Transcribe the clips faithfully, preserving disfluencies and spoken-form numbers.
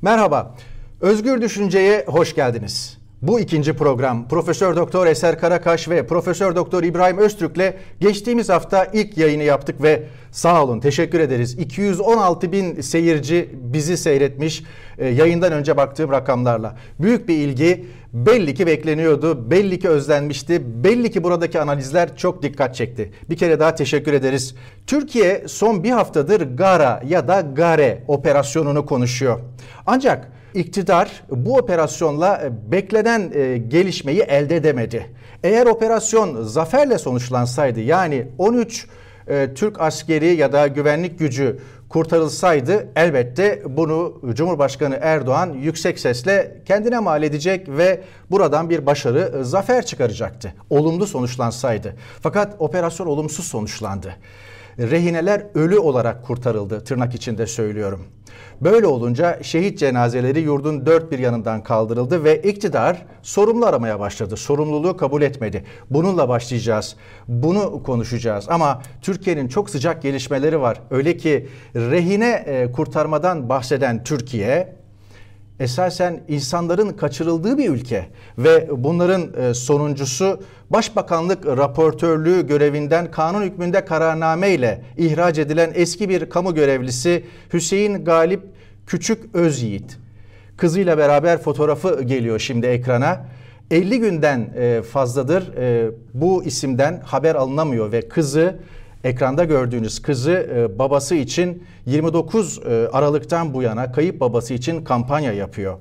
Merhaba, Özgür Düşünce'ye hoş geldiniz. Bu ikinci program Profesör Doktor Eser Karakaş ve Profesör Doktor İbrahim Öztürk'le geçtiğimiz hafta ilk yayını yaptık ve sağ olun, teşekkür ederiz. iki yüz on altı bin seyirci bizi seyretmiş e, yayından önce baktığım rakamlarla. Büyük bir ilgi belli ki bekleniyordu, belli ki özlenmişti, belli ki buradaki analizler çok dikkat çekti. Bir kere daha teşekkür ederiz. Türkiye son bir haftadır Gara ya da Gare operasyonunu konuşuyor. Ancak İktidar bu operasyonla beklenen gelişmeyi elde edemedi. Eğer operasyon zaferle sonuçlansaydı, yani on üç Türk askeri ya da güvenlik gücü kurtarılsaydı, elbette bunu Cumhurbaşkanı Erdoğan yüksek sesle kendine mal edecek ve buradan bir başarı, zafer çıkaracaktı. Olumlu sonuçlansaydı. Fakat operasyon olumsuz sonuçlandı. Rehineler ölü olarak kurtarıldı, tırnak içinde söylüyorum. Böyle olunca şehit cenazeleri yurdun dört bir yanından kaldırıldı ve iktidar sorumlu aramaya başladı. Sorumluluğu kabul etmedi. Bununla başlayacağız. Bunu konuşacağız. Ama Türkiye'nin çok sıcak gelişmeleri var. Öyle ki rehine kurtarmadan bahseden Türkiye esasen insanların kaçırıldığı bir ülke ve bunların sonuncusu Başbakanlık raportörlüğü görevinden kanun hükmünde kararnameyle ihraç edilen eski bir kamu görevlisi Hüseyin Galip Küçük Özyiğit. Kızıyla beraber fotoğrafı geliyor şimdi ekrana. elli günden fazladır bu isimden haber alınamıyor ve kızı, ekranda gördüğünüz kızı babası için yirmi dokuz Aralık'tan bu yana kayıp babası için kampanya yapıyor.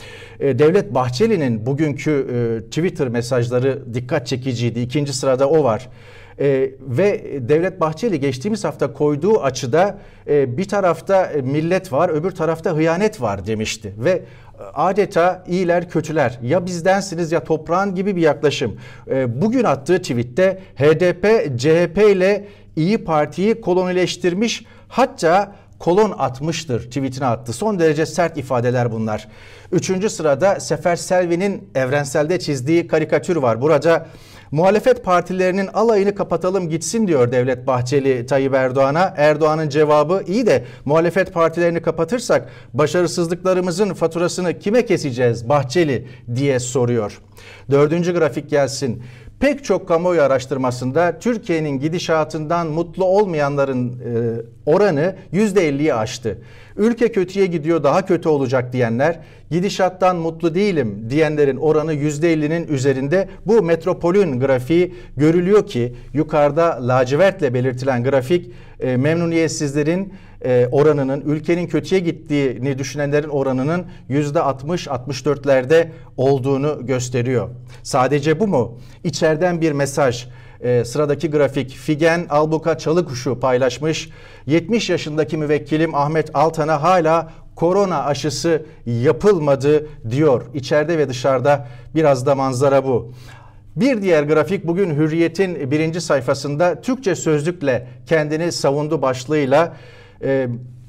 Devlet Bahçeli'nin bugünkü Twitter mesajları dikkat çekiciydi. İkinci sırada o var. Ee, ve Devlet Bahçeli geçtiğimiz hafta koyduğu açıda e, bir tarafta millet var, öbür tarafta hıyanet var demişti. Ve adeta iyiler kötüler, ya bizdensiniz ya toprağın gibi bir yaklaşım. E, bugün attığı tweette H D P, C H P ile İyi Parti'yi kolonileştirmiş, hatta kolon atmıştır tweetine attı. Son derece sert ifadeler bunlar. Üçüncü sırada Sefer Selvi'nin Evrensel'de çizdiği karikatür var. Burada muhalefet partilerinin alayını kapatalım gitsin diyor Devlet Bahçeli Tayyip Erdoğan'a. Erdoğan'ın cevabı, iyi de muhalefet partilerini kapatırsak başarısızlıklarımızın faturasını kime keseceğiz Bahçeli diye soruyor. Dördüncü grafik gelsin. Pek çok kamuoyu araştırmasında Türkiye'nin gidişatından mutlu olmayanların e, oranı yüzde elliyi aştı. Ülke kötüye gidiyor, daha kötü olacak diyenler, gidişattan mutlu değilim diyenlerin oranı yüzde ellinin üzerinde. Bu Metropol'ün grafiği, görülüyor ki yukarıda lacivertle belirtilen grafik e, memnuniyetsizlerin e, oranının, ülkenin kötüye gittiğini düşünenlerin oranının yüzde altmış altmış dörtlerde olduğunu gösteriyor. Sadece bu mu? İçeriden bir mesaj. Ee, sıradaki grafik, Figen Albuka Çalıkuşu paylaşmış. yetmiş yaşındaki müvekkilim Ahmet Altan'a hala korona aşısı yapılmadı diyor. İçeride ve dışarıda biraz da manzara bu. Bir diğer grafik bugün Hürriyet'in birinci sayfasında Türkçe sözlükle kendini savundu başlığıyla. E,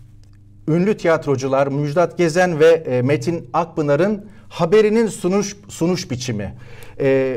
ünlü tiyatrocular Müjdat Gezen ve e, Metin Akpınar'ın haberinin sunuş, sunuş biçimi. E,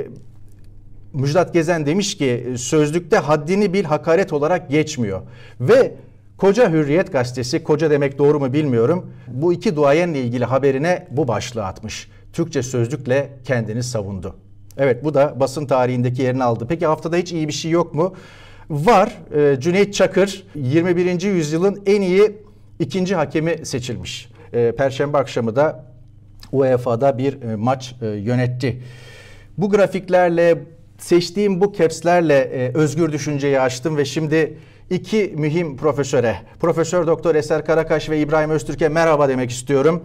Müjdat Gezen demiş ki sözlükte haddini bil hakaret olarak geçmiyor. Ve koca Hürriyet gazetesi, koca demek doğru mu bilmiyorum, bu iki duayenle ilgili haberine bu başlığı atmış. Türkçe sözlükle kendini savundu. Evet, bu da basın tarihindeki yerini aldı. Peki haftada hiç iyi bir şey yok mu? Var. E, Cüneyt Çakır yirmi birinci yüzyılın en iyi ikinci hakemi seçilmiş. E, Perşembe akşamı da U E F A'da bir e, maç e, yönetti. Bu grafiklerle, seçtiğim bu caps'lerle e, özgür düşünceyi açtım ve şimdi iki mühim profesöre, Profesör Doktor Eser Karakaş ve İbrahim Öztürk'e merhaba demek istiyorum.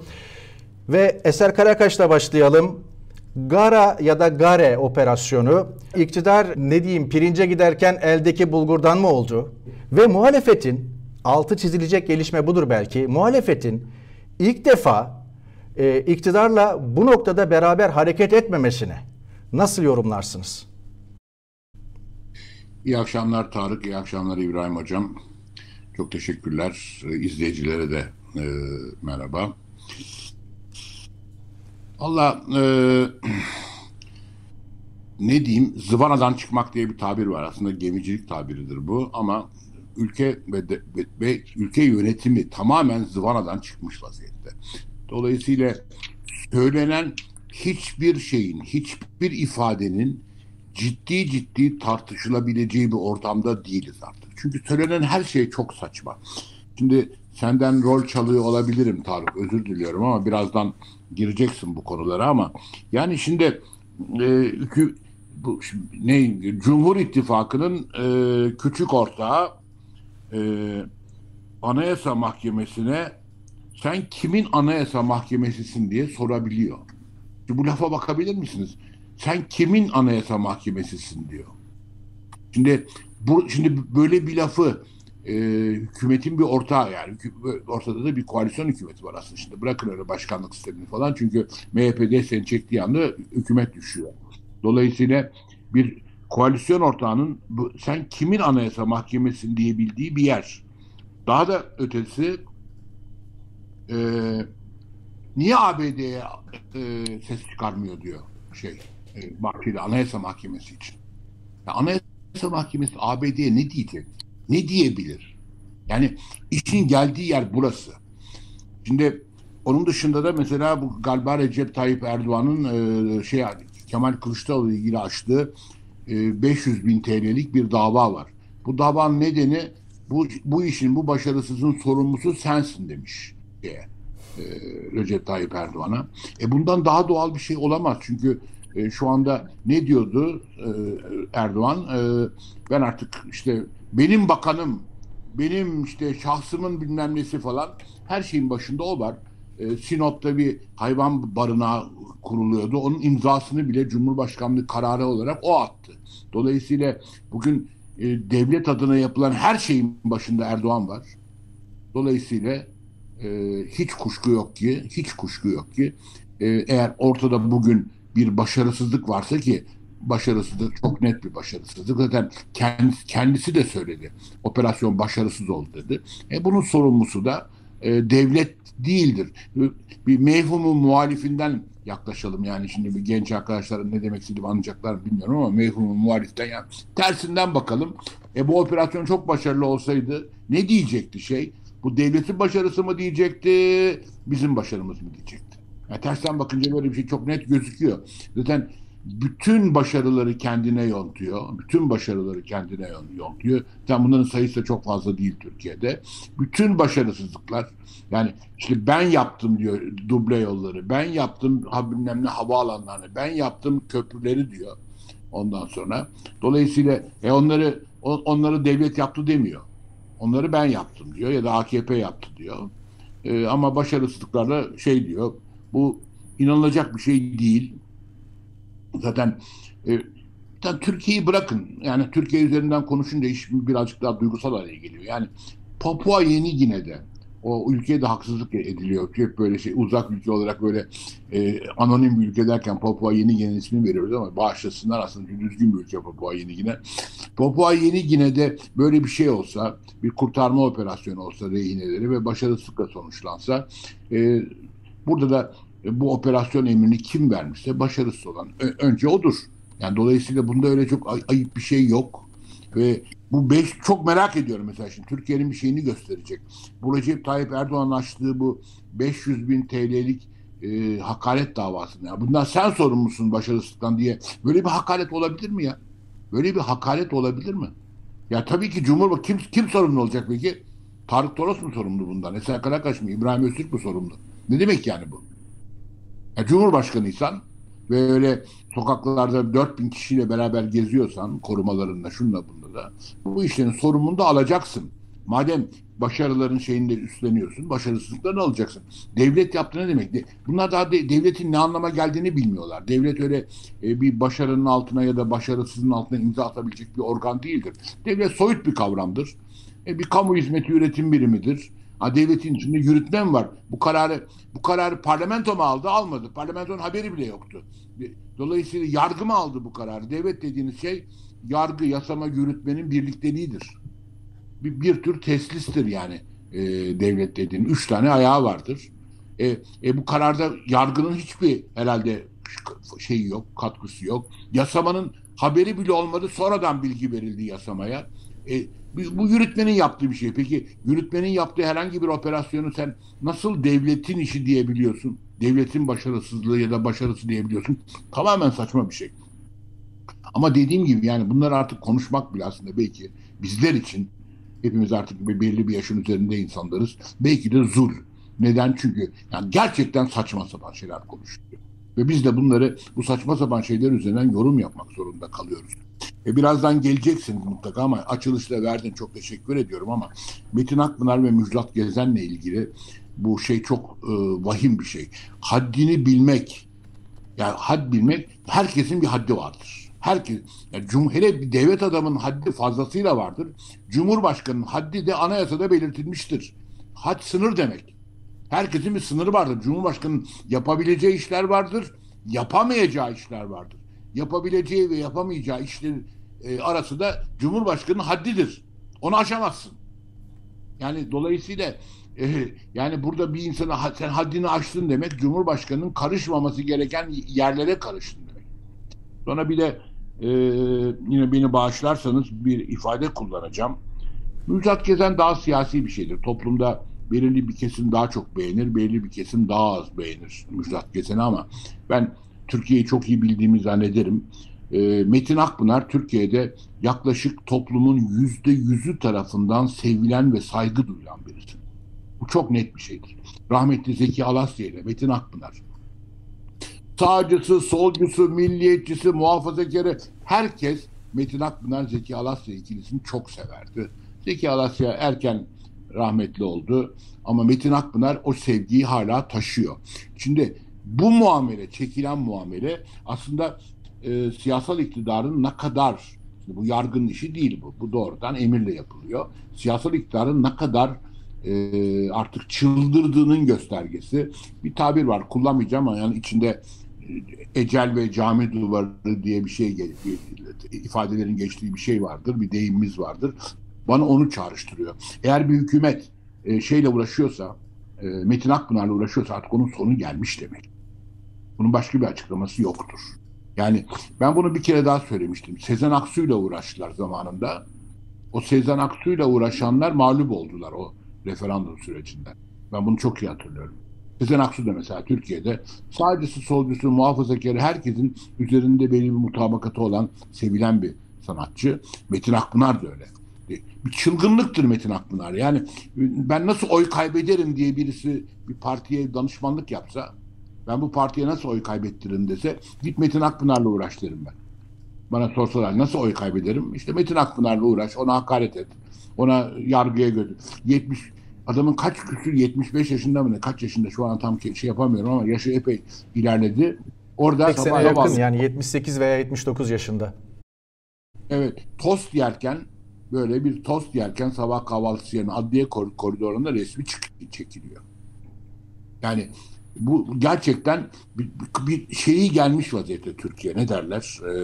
Ve Eser Karakaş'la başlayalım. Gara ya da Gare operasyonu, iktidar ne diyeyim pirince giderken eldeki bulgurdan mı oldu? Ve muhalefetin, altı çizilecek gelişme budur belki, muhalefetin ilk defa e, iktidarla bu noktada beraber hareket etmemesine nasıl yorumlarsınız? İyi akşamlar Tarık, iyi akşamlar İbrahim Hocam. Çok teşekkürler. İzleyicilere de e, merhaba. Valla e, ne diyeyim, zıvanadan çıkmak diye bir tabir var. Aslında gemicilik tabiridir bu ama ülke ve, de, ve, ve ülke yönetimi tamamen zıvanadan çıkmış vaziyette. Dolayısıyla söylenen hiçbir şeyin, hiçbir ifadenin ciddi ciddi tartışılabileceği bir ortamda değiliz artık. Çünkü söylenen her şey çok saçma. Şimdi senden rol çalıyor olabilirim Tarık, özür diliyorum ama birazdan gireceksin bu konulara ama yani şimdi e, bu ne Cumhur İttifakı'nın e, küçük ortağı e, Anayasa Mahkemesi'ne sen kimin Anayasa Mahkemesisin diye sorabiliyor. Şimdi bu lafa bakabilir misiniz? Sen kimin Anayasa Mahkemesisin diyor. Şimdi bu şimdi böyle bir lafı e, hükümetin bir ortağı yani ortada da bir koalisyon hükümeti var aslında. Şimdi bırakın öyle başkanlık sistemini falan çünkü M H P desteğini çektiği anda hükümet düşüyor. Dolayısıyla bir koalisyon ortağının bu, sen kimin Anayasa Mahkemesisin diyebildiği bir yer. Daha da ötesi e, niye A B D'ye e, ses çıkarmıyor diyor şey e, Bahçeli Anayasa Mahkemesi için. Ya Anayasa Mahkemesi A B D'ye ne diyecek? Ne diyebilir? Yani işin geldiği yer burası. Şimdi onun dışında da mesela bu galiba Recep Tayyip Erdoğan'ın e, şey Kemal Kılıçdaroğlu ile ilgili açtığı e, beş yüz bin T L'lik bir dava var. Bu davanın nedeni bu bu işin bu başarısızlığın sorumlusu sensin demiş diye. E, Recep Tayyip Erdoğan'a. E bundan daha doğal bir şey olamaz. Çünkü e, şu anda ne diyordu e, Erdoğan? E, ben artık işte benim bakanım, benim işte şahsımın bilmem nesi falan her şeyin başında o var. E, Sinop'ta bir hayvan barınağı kuruluyordu. Onun imzasını bile Cumhurbaşkanlığı kararı olarak o attı. Dolayısıyla bugün e, devlet adına yapılan her şeyin başında Erdoğan var. Dolayısıyla e, hiç kuşku yok ki, hiç kuşku yok ki e, eğer ortada bugün bir başarısızlık varsa ki başarısızlık çok net bir başarısızlık. Zaten kendisi, kendisi de söyledi. Operasyon başarısız oldu dedi. E, bunun sorumlusu da e, devlet değildir. Bir mevhumun muhalifinden yaklaşalım. Yani şimdi bir genç arkadaşların ne demek istediğimi anlayacaklar bilmiyorum ama mevhumun muhaliften yani tersinden bakalım. E, bu operasyon çok başarılı olsaydı ne diyecekti şey? Bu devletin başarısı mı diyecekti, bizim başarımız mı diyecekti? Yani tersten bakınca böyle bir şey çok net gözüküyor. Zaten bütün başarıları kendine yontuyor. Bütün başarıları kendine yontuyor. Zaten bunların sayısı da çok fazla değil Türkiye'de. Bütün başarısızlıklar yani işte ben yaptım diyor duble yolları, ben yaptım bilmem ne havaalanlarını, ben yaptım köprüleri diyor ondan sonra. Dolayısıyla e onları onları devlet yaptı demiyor. Onları ben yaptım diyor ya da A K P yaptı diyor. Ee, ama başarısızlıklarla şey diyor. Bu inanılacak bir şey değil. Zaten e, Türkiye'yi bırakın. Yani Türkiye üzerinden konuşunca iş birazcık daha duygusal hale geliyor. Yani Papua Yeni Gine'de o ülkeye de haksızlık ediliyor. Hep böyle şey uzak ülke olarak böyle e, anonim bir ülke derken Papua Yeni Gine'nin ismini veriyoruz ama bağışlasınlar aslında düzgün bir ülke Papua Yeni Gine. Papua Yeni Gine'de böyle bir şey olsa, bir kurtarma operasyonu olsa rehineleri ve başarısızlıkla sonuçlansa e, burada da e, bu operasyon emrini kim vermişse başarısız olan ö- önce odur. Yani dolayısıyla bunda öyle çok ay- ayıp bir şey yok. Ve bu beş çok merak ediyorum mesela şimdi Türkiye'nin bir şeyini gösterecek. Bu Recep Tayyip Erdoğan'ın açtığı bu beş yüz bin T L'lik e, hakaret davasını. Ya bundan sen sorumlusun başarısızlıktan diye. Böyle bir hakaret olabilir mi ya? Böyle bir hakaret olabilir mi? Ya tabii ki Cumhurbaşkanı kim, kim sorumlu olacak peki? Tarık Toros mu sorumlu bundan? Eser Karakaş mı? İbrahim Öztürk mü sorumlu? Ne demek yani bu? Ya Cumhurbaşkanıysan ve öyle sokaklarda dört bin kişiyle beraber geziyorsan korumalarında şunla bunda da bu işlerin sorumluluğunu da alacaksın. Madem başarıların şeyinde üstleniyorsun, başarısızlıklarını alacaksın. Devlet yaptı ne demek? Bunlar daha de, devletin ne anlama geldiğini bilmiyorlar. Devlet öyle e, bir başarının altına ya da başarısızlığın altına imza atabilecek bir organ değildir. Devlet soyut bir kavramdır. E, bir kamu hizmeti üretim birimidir. Ha, devletin içinde yürütme mi var? Bu kararı bu kararı parlamento mu aldı? Almadı. Parlamentonun haberi bile yoktu. Dolayısıyla yargı mı aldı bu kararı? Devlet dediğiniz şey yargı, yasama, yürütmenin birlikteliğidir. Bir, bir tür teslistir yani e, devlet dediğin. Üç tane ayağı vardır. E, e, bu kararda yargının hiçbir herhalde şeyi yok, katkısı yok. Yasamanın haberi bile olmadı. Sonradan bilgi verildi yasamaya. E, bu yürütmenin yaptığı bir şey. Peki yürütmenin yaptığı herhangi bir operasyonu sen nasıl devletin işi diyebiliyorsun? Devletin başarısızlığı ya da başarısı diyebiliyorsun. Tamamen saçma bir şey. Ama dediğim gibi yani bunlar artık konuşmak bile aslında belki bizler için, hepimiz artık bir belli bir yaşın üzerinde insanlarız. Belki de zul. Neden? Çünkü yani gerçekten saçma sapan şeyler konuşuluyor. Ve biz de bunları, bu saçma sapan şeyler üzerinden yorum yapmak zorunda kalıyoruz. E birazdan geleceksiniz mutlaka ama açılışta verdin, çok teşekkür ediyorum ama Metin Akpınar ve Müjdat Gezen'le ilgili bu şey çok e, vahim bir şey. Haddini bilmek, yani had bilmek, herkesin bir haddi vardır. Herkes, yani cum, hele bir devlet adamının haddi fazlasıyla vardır. Cumhurbaşkanının haddi de anayasada belirtilmiştir. Had sınır demek. Herkesin bir sınırı vardır. Cumhurbaşkanının yapabileceği işler vardır, yapamayacağı işler vardır. Yapabileceği ve yapamayacağı işler e, arası da Cumhurbaşkanının haddidir. Onu aşamazsın. Yani dolayısıyla e, yani burada bir insana sen haddini aştın demek, Cumhurbaşkanının karışmaması gereken yerlere karıştın demek. Sonra bir de e, yine beni bağışlarsanız bir ifade kullanacağım. Müjdat Gezen daha siyasi bir şeydir. Toplumda belirli bir kesim daha çok beğenir, belirli bir kesim daha az beğenir Müjdat Gezen'i ama ben Türkiye'yi çok iyi bildiğimi zannederim. E, Metin Akpınar Türkiye'de yaklaşık toplumun yüzde yüzü tarafından sevilen ve saygı duyulan birisi. Bu çok net bir şeydir. Rahmetli Zeki Alasya ile Metin Akpınar. Sağcısı, solcusu, milliyetçisi, muhafazakarı herkes Metin Akpınar, Zeki Alasya ikilisini çok severdi. Zeki Alasya erken rahmetli oldu ama Metin Akpınar o sevgiyi hala taşıyor. Şimdi bu muamele, çekilen muamele aslında e, siyasal iktidarın ne kadar, bu yargının işi değil bu, bu doğrudan emirle yapılıyor. Siyasal iktidarın ne kadar e, artık çıldırdığının göstergesi. Bir tabir var, kullanmayacağım ama yani içinde ecel ve cami duvarı diye bir şey, ifadelerin geçtiği bir şey vardır, bir deyimimiz vardır. Bana onu çağrıştırıyor. Eğer bir hükümet e, şeyle uğraşıyorsa, e, Metin Akpınar'la uğraşıyorsa artık onun sonu gelmiş demek. Bunun başka bir açıklaması yoktur. Yani ben bunu bir kere daha söylemiştim. Sezen Aksu'yla uğraştılar zamanında. O Sezen Aksu'yla uğraşanlar mağlup oldular o referandum sürecinde. Ben bunu çok iyi hatırlıyorum. Sezen Aksu da mesela Türkiye'de sadece solcusu, muhafazakarı herkesin üzerinde belli bir mutabakatı olan, sevilen bir sanatçı. Metin Akpınar da öyle. Bir çılgınlıktır Metin Akpınar. Yani ben nasıl oy kaybederim diye birisi bir partiye danışmanlık yapsa, ben bu partiye nasıl oy kaybettiririm dese, git Metin Akpınar'la uğraş derim ben. Bana sorsalar nasıl oy kaybederim? İşte Metin Akpınar'la uğraş, ona hakaret et, ona yargıya götür. yetmiş adamın kaç küsür, yetmiş beş yaşında mı ne, kaç yaşında şu an tam şey yapamıyorum ama yaşı epey ilerledi. Orada seksene yakın var. Yani yetmiş sekiz veya yetmiş dokuz yaşında. Evet, tost yerken, böyle bir tost yerken sabah kahvaltısı yerine adliye koridorunda resmi çekiliyor. Yani bu gerçekten bir, bir şeyi gelmiş vaziyette Türkiye, ne derler? Ee,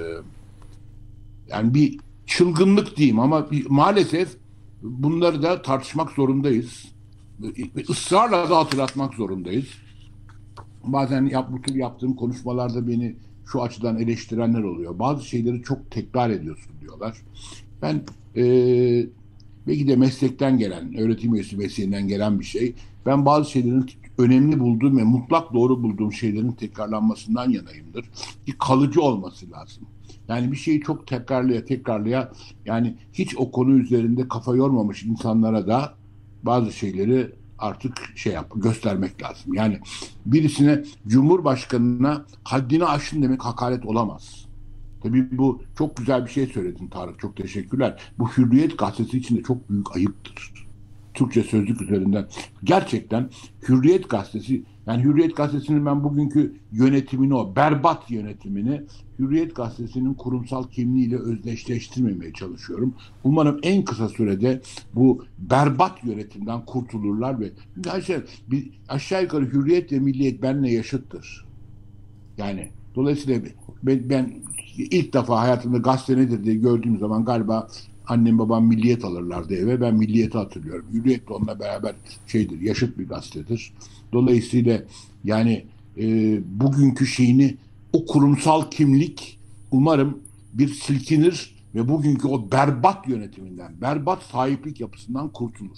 yani bir çılgınlık diyeyim ama bir, maalesef bunları da tartışmak zorundayız. Ve ısrarla da hatırlatmak zorundayız. Bazen yap, bu tür yaptığım konuşmalarda beni şu açıdan eleştirenler oluyor. Bazı şeyleri çok tekrar ediyorsun diyorlar. Ben e, belki de meslekten gelen, öğretim üyesi mesleğinden gelen bir şey. Ben bazı şeylerin önemli bulduğum ve mutlak doğru bulduğum şeylerin tekrarlanmasından yanayımdır. Ki kalıcı olması lazım. Yani bir şeyi çok tekrarlaya tekrarlaya, yani hiç o konu üzerinde kafa yormamış insanlara da bazı şeyleri artık şey yap, göstermek lazım. Yani birisine, Cumhurbaşkanına haddini aşın demek hakaret olamaz. Tabii bu çok güzel bir şey söyledin Tarık. Çok teşekkürler. Bu Hürriyet gazetesi için de çok büyük ayıptır. Türkçe sözlük üzerinden. Gerçekten Hürriyet gazetesi, yani Hürriyet gazetesinin ben bugünkü yönetimini, o berbat yönetimini Hürriyet gazetesinin kurumsal kimliğiyle özdeşleştirmemeye çalışıyorum. Umarım en kısa sürede bu berbat yönetimden kurtulurlar ve aşağı, bir, aşağı yukarı Hürriyet ve Milliyet benimle yaşıttır. Yani dolayısıyla ben, ben ilk defa hayatımda gazete nedir diye gördüğüm zaman galiba annem babam Milliyet alırlardı eve. Ben Milliyet'i hatırlıyorum. Hürriyet de onunla beraber şeydir, yaşıt bir gazetedir. Dolayısıyla yani e, bugünkü şeyini, o kurumsal kimlik umarım bir silkinir ve bugünkü o berbat yönetiminden, berbat sahiplik yapısından kurtulur.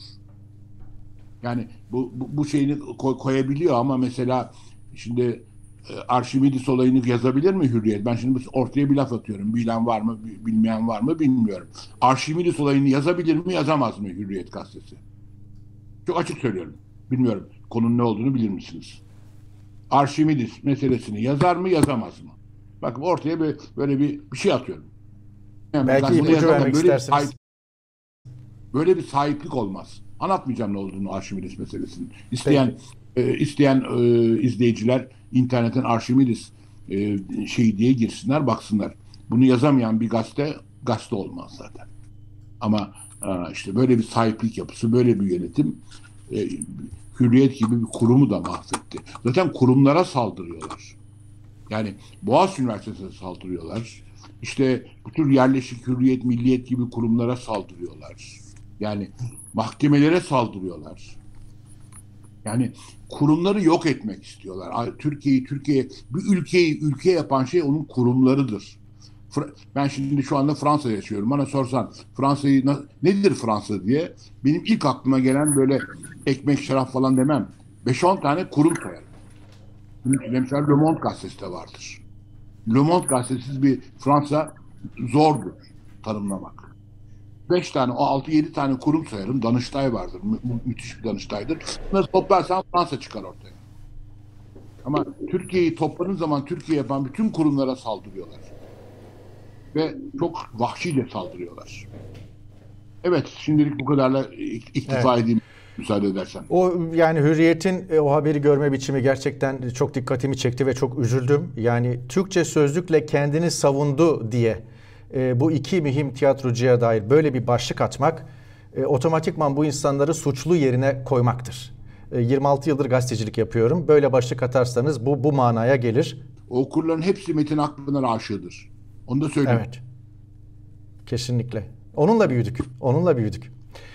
Yani bu, bu, bu şeyini koy, koyabiliyor ama mesela şimdi e, Arşimedis olayını yazabilir mi Hürriyet? Ben şimdi ortaya bir laf atıyorum. Bilen var mı, bilmeyen var mı bilmiyorum. Arşimedis olayını yazabilir mi, yazamaz mı Hürriyet gazetesi? Çok açık söylüyorum. Bilmiyorum konunun ne olduğunu bilir misiniz? Arşimedis meselesini yazar mı, yazamaz mı? Bakın ortaya böyle, böyle bir, bir şey atıyorum. Yani Belki ipucu vermek böyle istersiniz. Bir sahip, böyle bir sahiplik olmaz. Anlatmayacağım ne olduğunu Arşimedis meselesinin. İsteyen e, isteyen e, izleyiciler internetten Arşimedis e, şey diye girsinler, baksınlar. Bunu yazamayan bir gazete gazete olmaz zaten. Ama e, işte böyle bir sahiplik yapısı, böyle bir yönetim e, Hürriyet gibi bir kurumu da mahvetti. Zaten kurumlara saldırıyorlar. Yani Boğaziçi Üniversitesi'ne saldırıyorlar. İşte bu tür yerleşik Hürriyet, Milliyet gibi kurumlara saldırıyorlar. Yani mahkemelere saldırıyorlar. Yani kurumları yok etmek istiyorlar. Türkiye'yi, Türkiye, bir ülkeyi ülke yapan şey onun kurumlarıdır. Ben şimdi şu anda Fransa'da yaşıyorum. Bana sorsan Fransa'yı nedir Fransa diye benim ilk aklıma gelen böyle ekmek, şarap falan demem. beş on tane kurum sayarım. Mesela Le Monde gazetesi de vardır. Le Monde gazetesiz bir Fransa zordur tanımlamak. Beş tane, o altı yedi tane kurum sayarım. Danıştay vardır. Mü müthiş bir Danıştay'dır. Bunları toplarsan Fransa çıkar ortaya. Ama Türkiye'yi topladığın zaman Türkiye yapan bütün kurumlara saldırıyorlar. Ve çok vahşice saldırıyorlar. Evet, şimdilik bu kadarla iktifa evet. edeyim. Müsaade edersen. O yani Hürriyet'in e, o haberi görme biçimi gerçekten çok dikkatimi çekti ve çok üzüldüm. Yani Türkçe sözlükle kendini savundu diye e, bu iki mühim tiyatrocuya dair böyle bir başlık atmak e, otomatikman bu insanları suçlu yerine koymaktır. E, yirmi altı yıldır gazetecilik yapıyorum. Böyle başlık atarsanız bu bu manaya gelir. Okurların hepsi Metin Akpınar aşığıdır. Onu da söyleyeyim. Evet. Kesinlikle. Onunla büyüdük. Onunla büyüdük.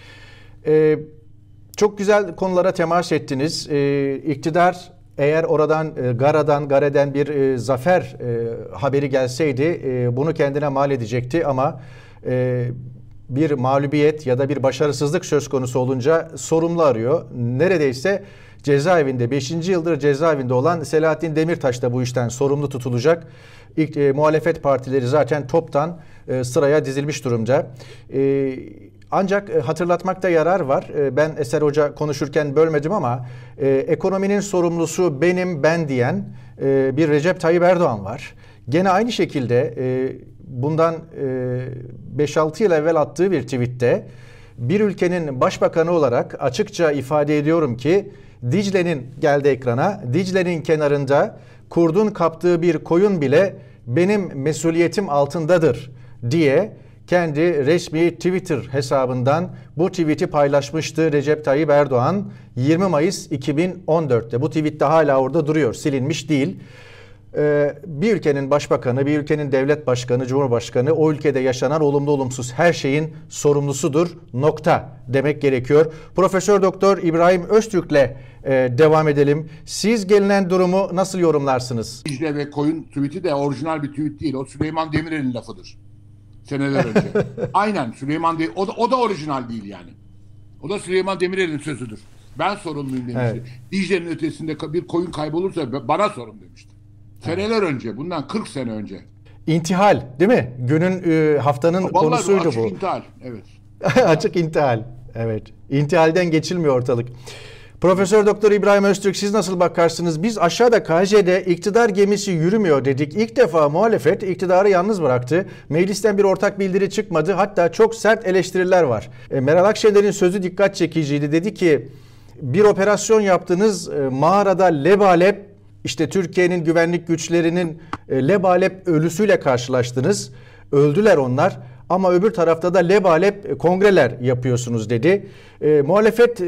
Eee Çok güzel konulara temas ettiniz. Ee, iktidar eğer oradan e, Gara'dan, Gare'den bir e, zafer e, haberi gelseydi e, bunu kendine mal edecekti ama e, bir mağlubiyet ya da bir başarısızlık söz konusu olunca sorumlu arıyor. Neredeyse cezaevinde, beşinci yıldır cezaevinde olan Selahattin Demirtaş da bu işten sorumlu tutulacak. İlk e, muhalefet partileri zaten toptan e, sıraya dizilmiş durumda. E, Ancak hatırlatmakta yarar var. Ben Eser Hoca konuşurken bölmedim ama e, ekonominin sorumlusu benim, ben diyen e, bir Recep Tayyip Erdoğan var. Gene aynı şekilde e, bundan e, beş altı yıl evvel attığı bir tweette bir ülkenin başbakanı olarak açıkça ifade ediyorum ki Dicle'nin geldi ekrana, Dicle'nin kenarında kurdun kaptığı bir koyun bile benim mesuliyetim altındadır diye kendi resmi Twitter hesabından bu tweet'i paylaşmıştı Recep Tayyip Erdoğan yirmi Mayıs iki bin on dörtte. Bu tweet de hala orada duruyor, silinmiş değil. Ee, bir ülkenin başbakanı, bir ülkenin devlet başkanı, cumhurbaşkanı o ülkede yaşanan olumlu olumsuz her şeyin sorumlusudur. Nokta demek gerekiyor. Profesör Doktor İbrahim Öztürk'le e, devam edelim. Siz gelinen durumu nasıl yorumlarsınız? Dicle ve koyun tweet'i de orijinal bir tweet değil. O Süleyman Demirel'in lafıdır. Seneler önce. Aynen Süleyman de o da, o da orijinal değil yani. O da Süleyman Demirel'in sözüdür. Ben sorumluyum demişti. Evet. Dicle'nin ötesinde bir koyun kaybolursa bana sorun demişti. Seneler evet. önce, bundan kırk sene önce. İntihal değil mi? Günün e, haftanın Vallahi konusuydu açık bu. Açık intihal, evet. Açık intihal, evet. İntihalden geçilmiyor ortalık. Profesör Doktor İbrahim Öztürk, siz nasıl bakarsınız? Biz aşağıda K J'de iktidar gemisi yürümüyor dedik. İlk defa muhalefet iktidarı yalnız bıraktı. Meclisten bir ortak bildiri çıkmadı. Hatta çok sert eleştiriler var. E, Meral Akşener'in sözü dikkat çekiciydi. Dedi ki bir operasyon yaptınız, e, mağarada lebalep, işte Türkiye'nin güvenlik güçlerinin e, lebalep ölüsüyle karşılaştınız. Öldüler onlar. Ama öbür tarafta da lebalep kongreler yapıyorsunuz dedi. E, muhalefet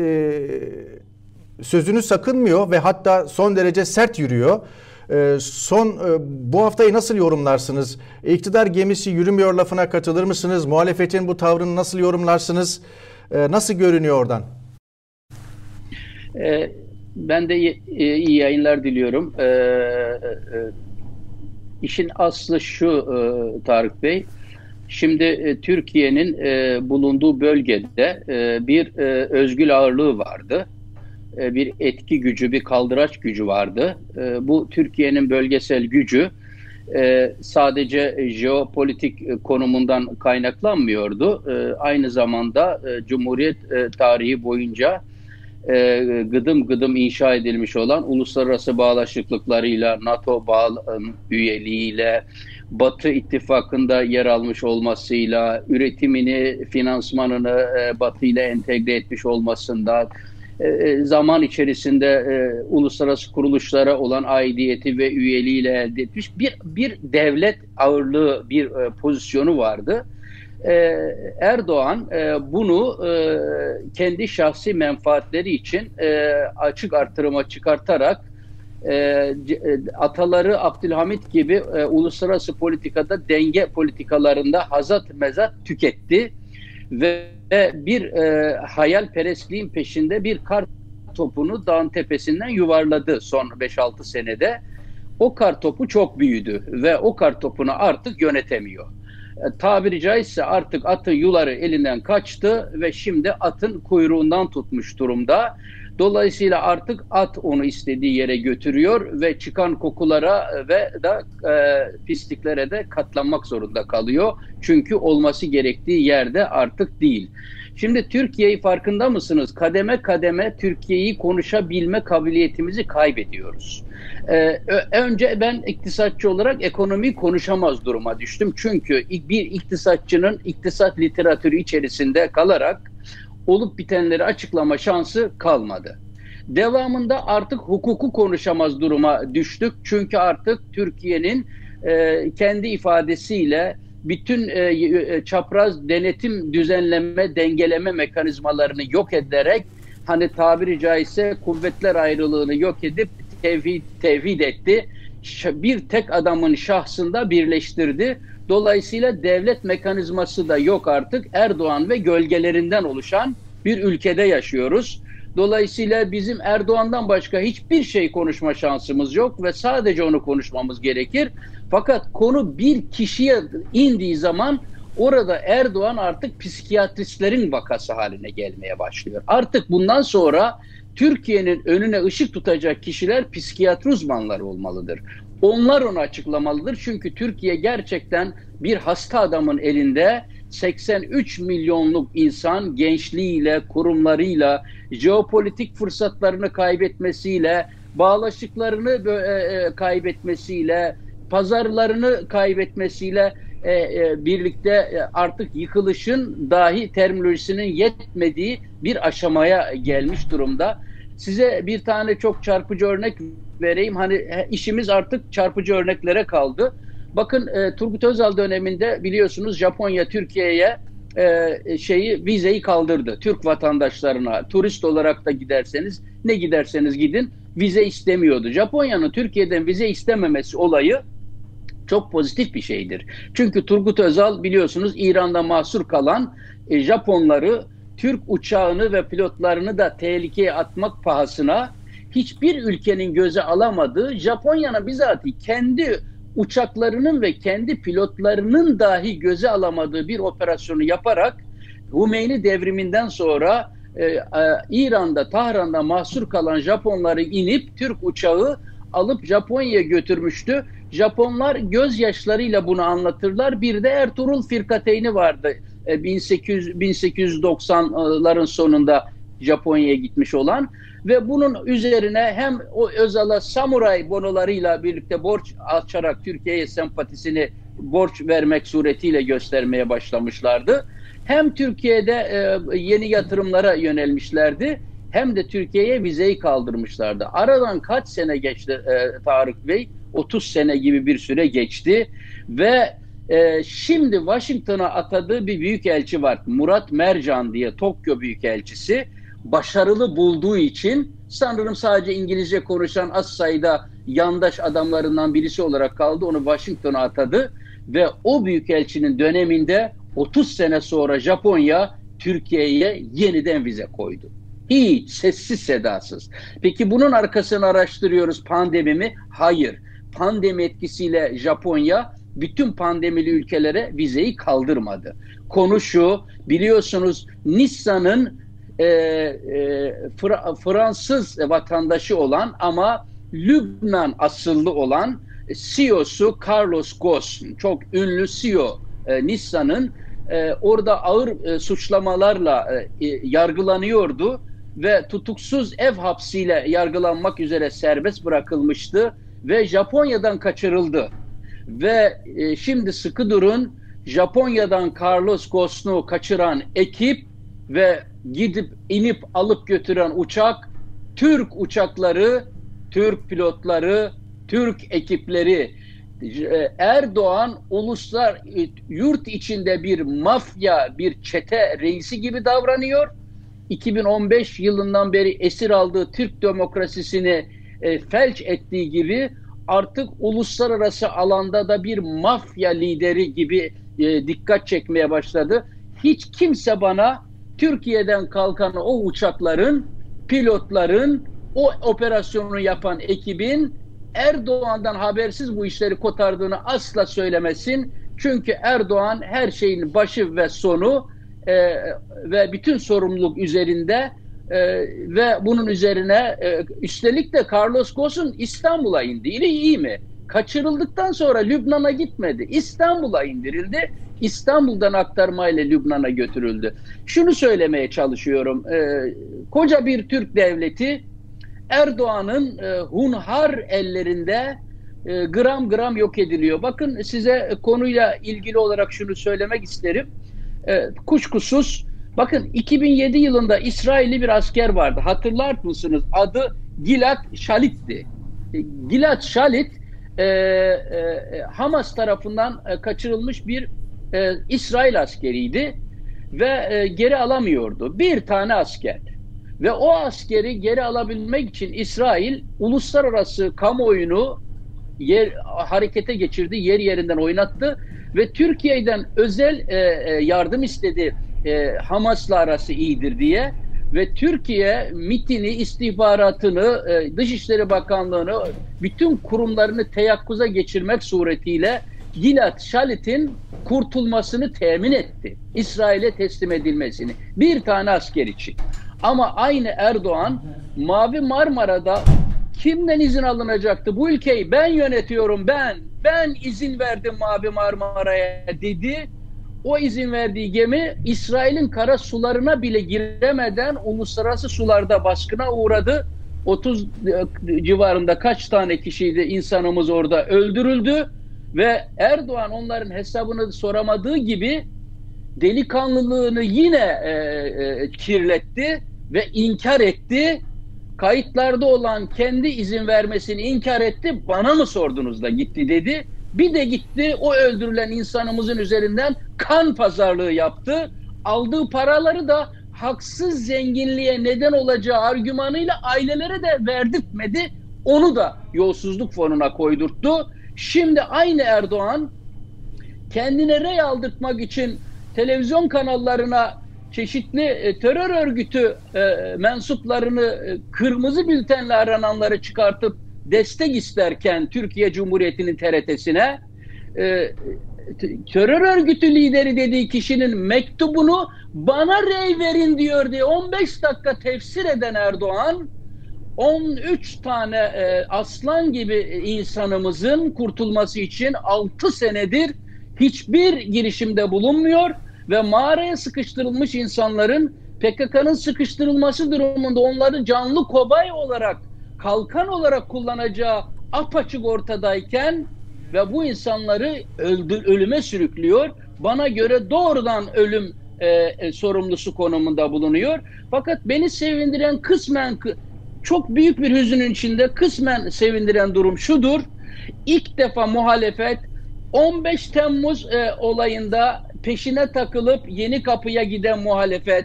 e, sözünü sakınmıyor ve hatta son derece sert yürüyor. E, son e, bu haftayı nasıl yorumlarsınız? İktidar gemisi yürümüyor lafına katılır mısınız? Muhalefetin bu tavrını nasıl yorumlarsınız? E, nasıl görünüyor oradan? E, ben de iyi yayınlar diliyorum. E, e, işin aslı şu e, Tarık Bey. Şimdi e, Türkiye'nin e, bulunduğu bölgede e, bir e, özgül ağırlığı vardı. E, bir etki gücü, bir kaldıraç gücü vardı. E, bu Türkiye'nin bölgesel gücü e, sadece jeopolitik e, konumundan kaynaklanmıyordu. E, aynı zamanda e, Cumhuriyet e, tarihi boyunca e, gıdım gıdım inşa edilmiş olan uluslararası bağlaşıklıklarıyla, NATO bağ, üyeliğiyle, Batı ittifakında yer almış olmasıyla, üretimini, finansmanını e, Batı ile entegre etmiş olmasından, e, zaman içerisinde e, uluslararası kuruluşlara olan aidiyeti ve üyeliğiyle elde etmiş bir bir devlet ağırlığı, bir e, pozisyonu vardı. Erdoğan bunu kendi şahsi menfaatleri için açık artırıma çıkartarak ataları Abdülhamit gibi uluslararası politikada denge politikalarında hazat mezat tüketti ve bir hayalperestliğin peşinde bir kar topunu dağın tepesinden yuvarladı son beş altı senede. O kar topu çok büyüdü ve o kar topunu artık yönetemiyor. Tabiri caizse artık atın yuları elinden kaçtı ve şimdi atın kuyruğundan tutmuş durumda. Dolayısıyla artık at onu istediği yere götürüyor ve çıkan kokulara ve da e, pisliklere de katlanmak zorunda kalıyor. Çünkü olması gerektiği yerde artık değil. Şimdi Türkiye'yi farkında mısınız? Kademe kademe Türkiye'yi konuşabilme kabiliyetimizi kaybediyoruz. Ee, önce ben iktisatçı olarak ekonomiyi konuşamaz duruma düştüm. Çünkü bir iktisatçının iktisat literatürü içerisinde kalarak olup bitenleri açıklama şansı kalmadı. Devamında artık hukuku konuşamaz duruma düştük. Çünkü artık Türkiye'nin e, kendi ifadesiyle bütün e, çapraz denetim, düzenleme, dengeleme mekanizmalarını yok ederek, hani tabiri caizse kuvvetler ayrılığını yok edip tevhid, tevhid etti. Bir tek adamın şahsında birleştirdi. Dolayısıyla devlet mekanizması da yok artık. Erdoğan ve gölgelerinden oluşan bir ülkede yaşıyoruz. Dolayısıyla bizim Erdoğan'dan başka hiçbir şey konuşma şansımız yok ve sadece onu konuşmamız gerekir. Fakat konu bir kişiye indiği zaman orada Erdoğan artık psikiyatristlerin vakası haline gelmeye başlıyor. Artık bundan sonra Türkiye'nin önüne ışık tutacak kişiler psikiyatri uzmanları olmalıdır. Onlar onu açıklamalıdır. Çünkü Türkiye gerçekten bir hasta adamın elinde. seksen üç milyonluk insan gençliğiyle, kurumlarıyla, jeopolitik fırsatlarını kaybetmesiyle, bağlaşıklarını kaybetmesiyle, pazarlarını kaybetmesiyle e, e, birlikte artık yıkılışın dahi terminolojisinin yetmediği bir aşamaya gelmiş durumda. Size bir tane çok çarpıcı örnek vereyim. Hani işimiz artık çarpıcı örneklere kaldı. Bakın e, Turgut Özal döneminde biliyorsunuz Japonya Türkiye'ye e, şeyi vizeyi kaldırdı. Türk vatandaşlarına turist olarak da giderseniz, ne giderseniz gidin, vize istemiyordu. Japonya'nın Türkiye'den vize istememesi olayı çok pozitif bir şeydir. Çünkü Turgut Özal biliyorsunuz İran'da mahsur kalan e, Japonları, Türk uçağını ve pilotlarını da tehlikeye atmak pahasına hiçbir ülkenin göze alamadığı, Japonya'nın bizatihi kendi uçaklarının ve kendi pilotlarının dahi göze alamadığı bir operasyonu yaparak Hümeyni devriminden sonra e, e, İran'da, Tahran'da mahsur kalan Japonları inip Türk uçağı alıp Japonya'ya götürmüştü. Japonlar gözyaşlarıyla bunu anlatırlar. Bir de Ertuğrul Firkateyni vardı. E, bin sekiz yüz doksanların sonunda Japonya'ya gitmiş olan ve bunun üzerine hem o Özal'a samuray bonolarıyla birlikte borç açarak Türkiye'ye sempatisini borç vermek suretiyle göstermeye başlamışlardı. Hem Türkiye'de e, yeni yatırımlara yönelmişlerdi, hem de Türkiye'ye vizeyi kaldırmışlardı. Aradan kaç sene geçti e, Tarık Bey? otuz sene gibi bir süre geçti ve e, şimdi Washington'a atadığı bir büyükelçi var. Murat Mercan diye, Tokyo Büyükelçisi. Başarılı bulduğu için sanırım sadece İngilizce konuşan az sayıda yandaş adamlarından birisi olarak kaldı. Onu Washington'a atadı ve o büyükelçinin döneminde otuz sene sonra Japonya Türkiye'ye yeniden vize koydu. Hiç sessiz sedasız. Peki bunun arkasını araştırıyoruz, pandemi mi? Hayır. Pandemi etkisiyle Japonya bütün pandemili ülkelere vizeyi kaldırmadı. Konu şu, biliyorsunuz Nissan'ın e, e, Fra Fransız vatandaşı olan ama Lübnan asıllı olan C E O'su Carlos Ghosn, çok ünlü C E O e, Nissan'ın e, orada ağır e, suçlamalarla e, yargılanıyordu ve tutuksuz ev hapsiyle yargılanmak üzere serbest bırakılmıştı ve Japonya'dan kaçırıldı. Ve e, şimdi sıkı durun, Japonya'dan Carlos Ghosn'u kaçıran ekip ve gidip inip alıp götüren uçak, Türk uçakları, Türk pilotları, Türk ekipleri. Erdoğan uluslar yurt içinde bir mafya, bir çete reisi gibi davranıyor. iki bin on beş yılından beri esir aldığı Türk demokrasisini e, felç ettiği gibi artık uluslararası alanda da bir mafya lideri gibi e, dikkat çekmeye başladı. Hiç kimse bana Türkiye'den kalkan o uçakların, pilotların, o operasyonu yapan ekibin Erdoğan'dan habersiz bu işleri kotardığını asla söylemesin. Çünkü Erdoğan her şeyin başı ve sonu e, ve bütün sorumluluk üzerinde e, ve bunun üzerine e, üstelik de Carlos Ghosn İstanbul'a indi. İyi, iyi mi? Kaçırıldıktan sonra Lübnan'a gitmedi. İstanbul'a indirildi. İstanbul'dan aktarmayla Lübnan'a götürüldü. Şunu söylemeye çalışıyorum. E, koca bir Türk devleti Erdoğan'ın e, hunhar ellerinde e, gram gram yok ediliyor. Bakın size konuyla ilgili olarak şunu söylemek isterim. E, kuşkusuz, bakın iki bin yedi yılında İsrailli bir asker vardı. Hatırlar mısınız? Adı Gilad Şalit'ti. E, Gilad Şalit e, e, Hamas tarafından e, kaçırılmış bir e, İsrail askeriydi ve e, geri alamıyordu. Bir tane asker. Ve o askeri geri alabilmek için İsrail uluslararası kamuoyunu yer, harekete geçirdi, yer yerinden oynattı ve Türkiye'den özel e, e, yardım istedi e, Hamas'la arası iyidir diye ve Türkiye MİT'ini, istihbaratını, e, Dışişleri Bakanlığı'nı, bütün kurumlarını teyakkuza geçirmek suretiyle Gilad Şalit'in kurtulmasını temin etti. İsrail'e teslim edilmesini. Bir tane asker için. Ama aynı Erdoğan Mavi Marmara'da kimden izin alınacaktı? Bu ülkeyi ben yönetiyorum, ben. Ben izin verdim Mavi Marmara'ya dedi. O izin verdiği gemi İsrail'in kara sularına bile giremeden uluslararası sularda baskına uğradı. otuz civarında kaç tane kişiydi insanımız orada öldürüldü. Ve Erdoğan onların hesabını soramadığı gibi delikanlılığını yine e, e, kirletti ve inkar etti. Kayıtlarda olan kendi izin vermesini inkar etti. Bana mı sordunuz da gitti dedi. Bir de gitti o öldürülen insanımızın üzerinden kan pazarlığı yaptı. Aldığı paraları da haksız zenginliğe neden olacağı argümanıyla ailelere de verdirtmedi. Onu da yolsuzluk fonuna koydurttu. Şimdi aynı Erdoğan kendine rey aldırtmak için televizyon kanallarına çeşitli e, terör örgütü e, mensuplarını e, kırmızı bültenle arananları çıkartıp destek isterken Türkiye Cumhuriyeti'nin T R T'sine e, terör örgütü lideri dediği kişinin mektubunu bana rey verin diyor diye on beş dakika tefsir eden Erdoğan, on üç tane e, aslan gibi insanımızın kurtulması için altı senedir hiçbir girişimde bulunmuyor ve mağaraya sıkıştırılmış insanların P K K'nın sıkıştırılması durumunda onları canlı kobay olarak, kalkan olarak kullanacağı apaçık ortadayken ve bu insanları öldür, ölüme sürüklüyor. Bana göre doğrudan ölüm e, e, sorumlusu konumunda bulunuyor. Fakat beni sevindiren kısmen, çok büyük bir hüzünün içinde kısmen sevindiren durum şudur. İlk defa muhalefet on beş Temmuz e, olayında peşine takılıp Yenikapı'ya giden muhalefet,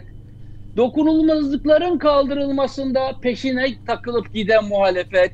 dokunulmazlıkların kaldırılmasında peşine takılıp giden muhalefet,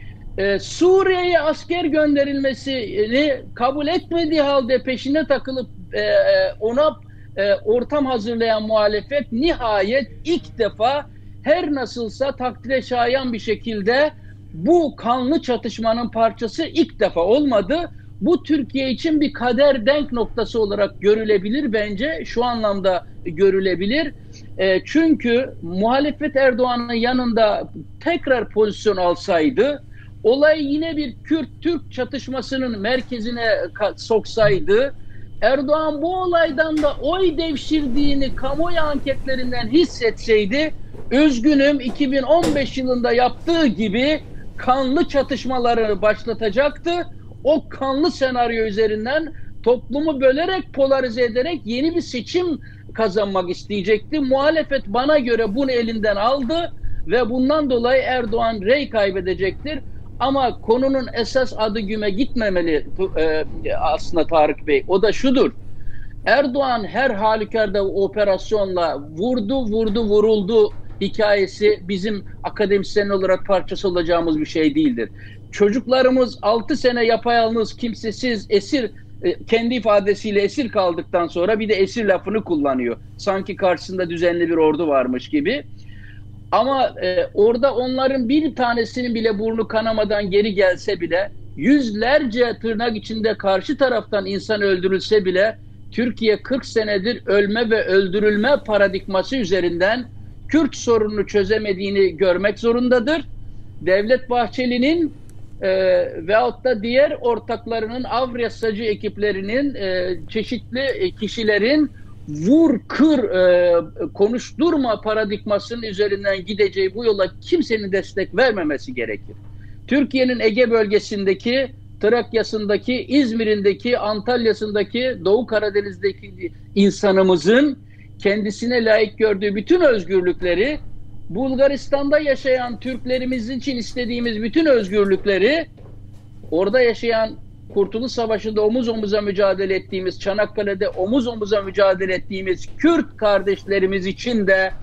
e, Suriye'ye asker gönderilmesini kabul etmediği halde peşine takılıp e, ona e, ortam hazırlayan muhalefet nihayet ilk defa her nasılsa takdire şayan bir şekilde bu kanlı çatışmanın parçası ilk defa olmadı. Bu Türkiye için bir kader denk noktası olarak görülebilir bence. Şu anlamda görülebilir. E, çünkü muhalefet Erdoğan'ın yanında tekrar pozisyon alsaydı, olay yine bir Kürt-Türk çatışmasının merkezine soksaydı, Erdoğan bu olaydan da oy devşirdiğini kamuoyu anketlerinden hissetseydi, üzgünüm iki bin on beş yılında yaptığı gibi kanlı çatışmaları başlatacaktı. O kanlı senaryo üzerinden toplumu bölerek, polarize ederek yeni bir seçim kazanmak isteyecekti. Muhalefet bana göre bunu elinden aldı ve bundan dolayı Erdoğan rey kaybedecektir. Ama konunun esas adı güme gitmemeli e, aslında Tarık Bey. O da şudur. Erdoğan her halükarda operasyonla vurdu, vurdu, vuruldu hikayesi bizim akademisyen olarak parçası olacağımız bir şey değildir. Çocuklarımız altı sene yapayalnız, kimsesiz, esir, kendi ifadesiyle esir kaldıktan sonra bir de esir lafını kullanıyor. Sanki karşısında düzenli bir ordu varmış gibi. Ama e, orada onların bir tanesinin bile burnu kanamadan geri gelse bile, yüzlerce tırnak içinde karşı taraftan insan öldürülse bile, Türkiye kırk senedir ölme ve öldürülme paradigması üzerinden Kürt sorununu çözemediğini görmek zorundadır. Devlet Bahçeli'nin e, veyahut da diğer ortaklarının, Avrasacı ekiplerinin, e, çeşitli kişilerin vur, kır, e, konuşturma paradigmasının üzerinden gideceği bu yola kimsenin destek vermemesi gerekir. Türkiye'nin Ege bölgesindeki, Trakya'sındaki, İzmir'indeki, Antalya'sındaki, Doğu Karadeniz'deki insanımızın kendisine layık gördüğü bütün özgürlükleri, Bulgaristan'da yaşayan Türklerimiz için istediğimiz bütün özgürlükleri, orada yaşayan, Kurtuluş Savaşı'nda omuz omuza mücadele ettiğimiz, Çanakkale'de omuz omuza mücadele ettiğimiz Kürt kardeşlerimiz için de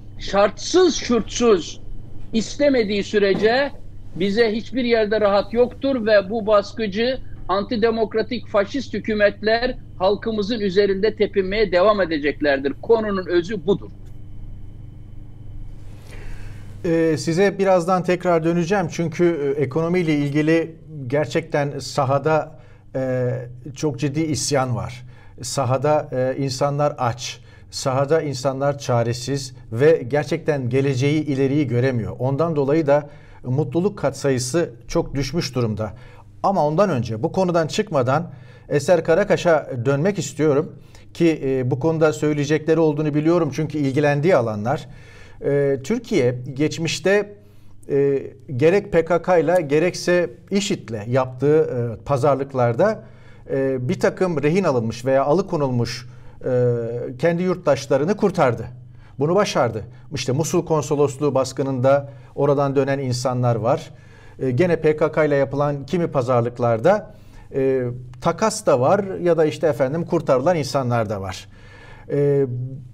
şartsız şurtsuz istemediği sürece bize hiçbir yerde rahat yoktur ve bu baskıcı, antidemokratik, faşist hükümetler halkımızın üzerinde tepinmeye devam edeceklerdir. Konunun özü budur. Ee, size birazdan tekrar döneceğim çünkü e, ekonomiyle ilgili gerçekten sahada e, çok ciddi isyan var. Sahada e, insanlar aç, sahada insanlar çaresiz ve gerçekten geleceği, ileriyi göremiyor. Ondan dolayı da mutluluk katsayısı çok düşmüş durumda. Ama ondan önce bu konudan çıkmadan Eser Karakaş'a dönmek istiyorum ki e, bu konuda söyleyecekleri olduğunu biliyorum çünkü ilgilendiği alanlar. E, Türkiye geçmişte e, gerek P K K ile gerekse IŞİD'le yaptığı e, pazarlıklarda e, bir takım rehin alınmış veya alıkonulmuş e, kendi yurttaşlarını kurtardı. Bunu başardı. İşte Musul Konsolosluğu baskınında oradan dönen insanlar var. E, gene P K K ile yapılan kimi pazarlıklarda e, takas da var ya da işte efendim kurtarılan insanlar da var. E,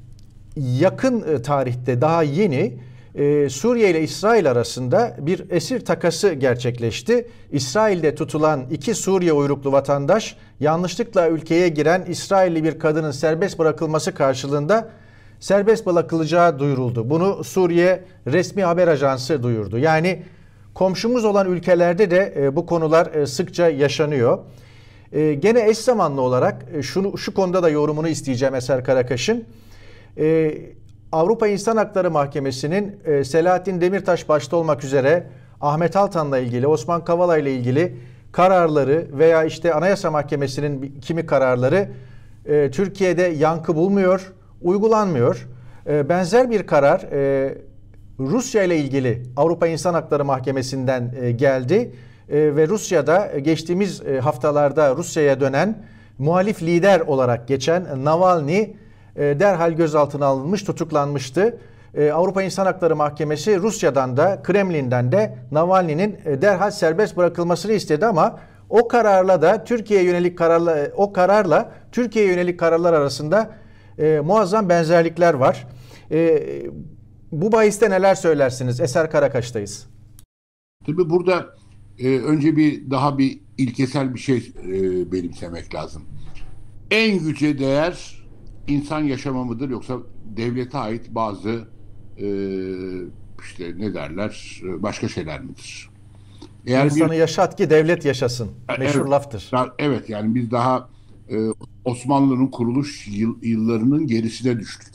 yakın tarihte daha yeni e, Suriye ile İsrail arasında bir esir takası gerçekleşti. İsrail'de tutulan iki Suriye uyruklu vatandaş yanlışlıkla ülkeye giren İsrailli bir kadının serbest bırakılması karşılığında serbest bırakılacağı duyuruldu. Bunu Suriye resmi haber ajansı duyurdu. Yani komşumuz olan ülkelerde de e, bu konular e, sıkça yaşanıyor. E, gene eş zamanlı olarak e, şunu şu konuda da yorumunu isteyeceğim Eser Karakaş'ın. E, Avrupa İnsan Hakları Mahkemesi'nin e, Selahattin Demirtaş başta olmak üzere Ahmet Altan'la ilgili, Osman Kavala ile ilgili kararları veya işte Anayasa Mahkemesi'nin kimi kararları e, Türkiye'de yankı bulmuyor, uygulanmıyor. E, benzer bir karar e, Rusya ile ilgili Avrupa İnsan Hakları Mahkemesi'nden e, geldi e, ve Rusya'da geçtiğimiz e, haftalarda Rusya'ya dönen muhalif lider olarak geçen Navalny e, derhal gözaltına alınmış, tutuklanmıştı. E, Avrupa İnsan Hakları Mahkemesi Rusya'dan da Kremlin'den de Navalny'nin e, derhal serbest bırakılmasını istedi ama o kararla da Türkiye'ye yönelik kararla o kararla Türkiye'ye yönelik kararlar arasında e, muazzam benzerlikler var. E, bu bahiste neler söylersiniz? Eser Karakaş'tayız. Tabii burada e, önce bir daha bir ilkesel bir şey e, benimsemek lazım. En yüce değer insan yaşamı mıdır yoksa devlete ait bazı e, işte ne derler başka şeyler midir? Eğer İnsanı bir, yaşat ki devlet yaşasın. Meşhur evet, laftır. Evet, yani biz daha e, Osmanlı'nın kuruluş yıl, yıllarının gerisine düştük.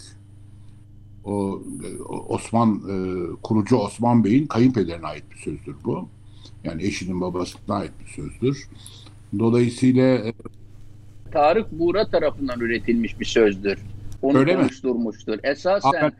O, o Osman e, kurucu Osman Bey'in kayınpederine ait bir sözdür bu. Yani eşinin babasına ait bir sözdür. Dolayısıyla e, Tarık Buğra tarafından üretilmiş bir sözdür. Onu öyle konuşturmuştur. Mi? Esasen Aa,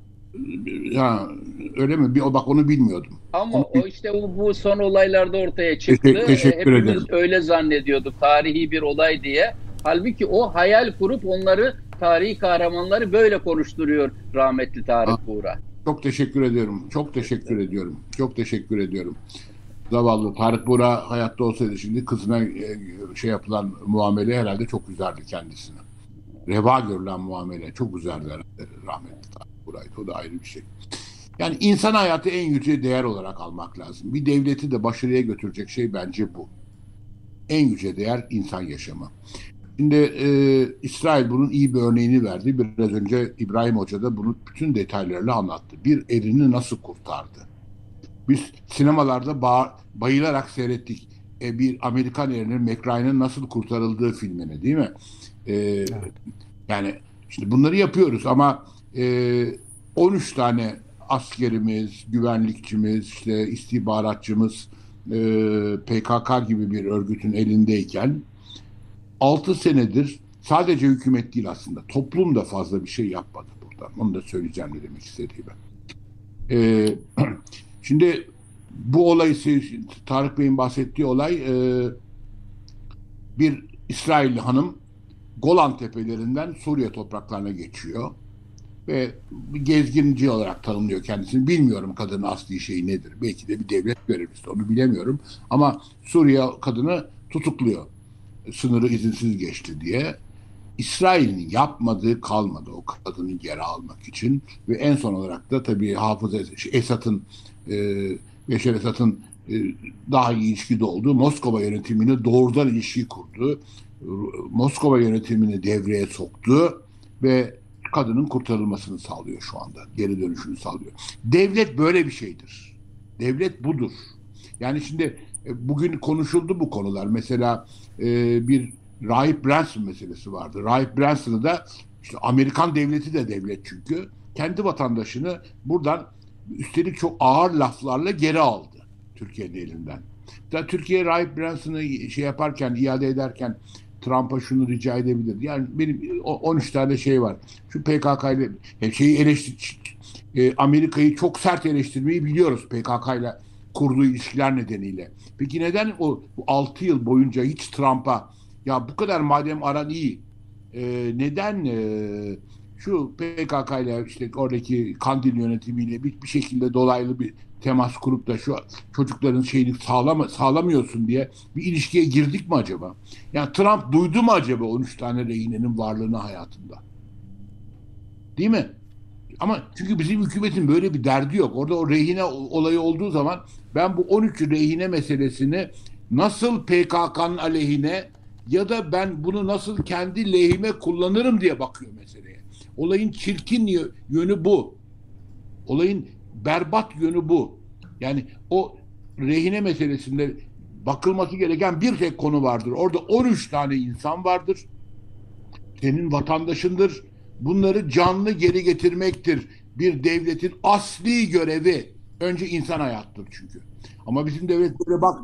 ya öyle mi? Bir, bak onu bilmiyordum. Ama onu, o işte o, bu son olaylarda ortaya çıktı. Teşekkür, teşekkür Hepimiz ederim. öyle zannediyorduk, tarihi bir olay diye. Halbuki o hayal kurup onları, tarihi kahramanları böyle konuşturuyor rahmetli Tarık Buğra. Çok teşekkür ediyorum. Çok teşekkür evet. ediyorum. Çok teşekkür ediyorum. Zavallı Tarık Buğra hayatta olsaydı şimdi kızına şey yapılan muamele herhalde çok güzeldi kendisine. Reva görülen muamele çok güzeldi rahmetli Tarık Buğra'ydı. O da ayrı bir şey. Yani insan hayatı en yüce değer olarak almak lazım. Bir devleti de başarıya götürecek şey bence bu. En yüce değer insan yaşamı. Şimdi e, İsrail bunun iyi bir örneğini verdi. Biraz önce İbrahim Hoca da bunu bütün detaylarıyla anlattı. Bir erini nasıl kurtardı? Biz sinemalarda ba bayılarak seyrettik. E, bir Amerikan erinin McRyan'ın nasıl kurtarıldığı filmini, değil mi? E, evet. Yani şimdi bunları yapıyoruz ama e, on üç tane askerimiz, güvenlikçimiz, işte istihbaratçımız e, P K K gibi bir örgütün elindeyken altı senedir sadece hükümet değil aslında toplum da fazla bir şey yapmadı buradan. Onu da söyleyeceğim ne demek istediğimi. E, şimdi bu olay, Tarık Bey'in bahsettiği olay, e, bir İsrailli hanım Golan Tepelerinden Suriye topraklarına geçiyor ve bir gezginci olarak tanımlıyor kendisini. Bilmiyorum kadının asli şeyi nedir. Belki de bir devlet görevlisi, onu bilemiyorum. Ama Suriye kadını tutukluyor. Sınırı izinsiz geçti diye. İsrail'in yapmadığı kalmadı o kadını geri almak için ve en son olarak da tabii Hafız Esad'ın e, Beşar Esad'ın e, daha iyi ilişkide olduğu Moskova yönetimine doğrudan ilişki kurdu. Moskova yönetimini devreye soktu ve kadının kurtarılmasını sağlıyor şu anda. Geri dönüşünü sağlıyor. Devlet böyle bir şeydir. Devlet budur. Yani şimdi bugün konuşuldu bu konular. Mesela e, bir Rahip Branson meselesi vardı. Rahip Branson'ı da işte Amerikan devleti de devlet çünkü. Kendi vatandaşını buradan üstelik çok ağır laflarla geri aldı Türkiye'nin elinden. Da Türkiye Rahip Branson'ı şey yaparken, iade ederken Trump'a şunu rica edebilir. Yani benim on üç tane şey var. Şu P K K ile yani şeyi eleştir, e, Amerika'yı çok sert eleştirmeyi biliyoruz P K K ile kurduğu ilişkiler nedeniyle. Peki neden o altı yıl boyunca hiç Trump'a ya bu kadar madem aran iyi e, neden e, şu P K K ile işte oradaki Kandil yönetimiyle bir, bir şekilde dolaylı bir temas kurup da şu çocukların şeyini sağlama, sağlamıyorsun diye bir ilişkiye girdik mi acaba? Yani Trump duydu mu acaba on üç tane rehinenin varlığını hayatında? Değil mi? Ama çünkü bizim hükümetin böyle bir derdi yok. Orada o rehine olayı olduğu zaman ben bu on üç rehine meselesini nasıl P K K'nın aleyhine ya da ben bunu nasıl kendi lehime kullanırım diye bakıyor meseleye. Olayın çirkin yönü bu. Olayın berbat yönü bu. Yani o rehine meselesinde bakılması gereken bir tek konu vardır. Orada on üç tane insan vardır. Senin vatandaşındır. Bunları canlı geri getirmektir. Bir devletin asli görevi. Önce insan hayattır çünkü. Ama bizim devlet böyle bak.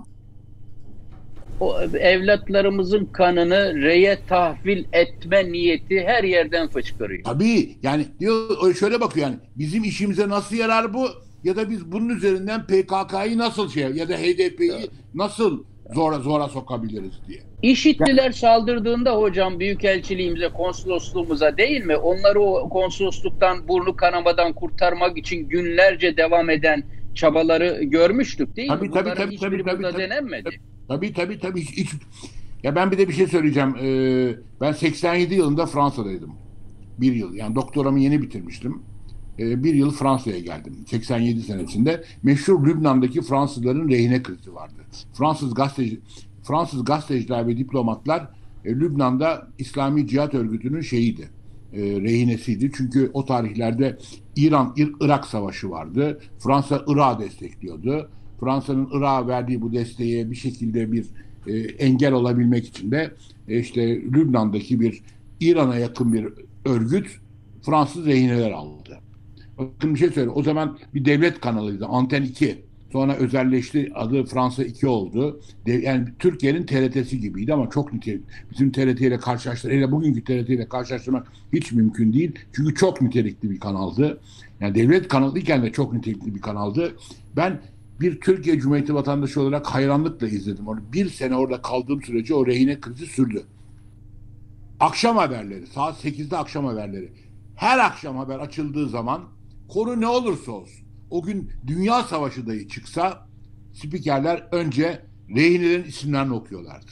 O evlatlarımızın kanını reye tahvil etme niyeti her yerden fışkırıyor. Tabii yani diyor şöyle bakıyor yani bizim işimize nasıl yarar bu ya da biz bunun üzerinden P K K'yı nasıl şey ya da H D P'yi evet. nasıl zora zora sokabiliriz diye. İşitliler yani, saldırdığında hocam büyükelçiliğimize, konsolosluğumuza değil mi? Onları o konsolosluktan burnu kanamadan kurtarmak için günlerce devam eden çabaları görmüştük değil tabii, mi? Tabii, Bunların tabii, hiçbiri tabii, burada tabii, denenmedi. Tabii tabii tabii. Hiç, hiç. Ya ben bir de bir şey söyleyeceğim. Ee, ben seksen yedi yılında Fransa'daydım. Bir yıl. Yani doktoramı yeni bitirmiştim. Ee, bir yıl Fransa'ya geldim. seksen yedi senesinde. Meşhur Lübnan'daki Fransızların rehine krizi vardı. Fransız gazeteci, Fransız gazeteciler ve diplomatlar e, Lübnan'da İslami Cihat Örgütü'nün şeyiydi. E, rehinesiydi. Çünkü o tarihlerde İran-Irak Savaşı vardı. Fransa Irak'ı destekliyordu. Fransa'nın Irak'a verdiği bu desteğe bir şekilde bir e, engel olabilmek için de e, işte Lübnan'daki bir İran'a yakın bir örgüt Fransız rehineler aldı. Bakın bir şey söyleyeyim. O zaman bir devlet kanalıydı. Anten iki. Sonra özelleşti. Adı Fransa iki oldu. De, yani Türkiye'nin T R T'si gibiydi ama çok nitelikli. Bizim T R T ile karşılaştırmak, hele bugünkü T R T ile karşılaştırmak hiç mümkün değil. Çünkü çok nitelikli bir kanaldı. Yani devlet kanalıyken de çok nitelikli bir kanaldı. Ben bir Türkiye Cumhuriyeti vatandaşı olarak hayranlıkla izledim onu. Bir sene orada kaldığım sürece o rehine krizi sürdü. Akşam haberleri, saat sekizde akşam haberleri. Her akşam haber açıldığı zaman konu ne olursa olsun, o gün Dünya Savaşı dahi çıksa spikerler önce rehinelerin isimlerini okuyorlardı.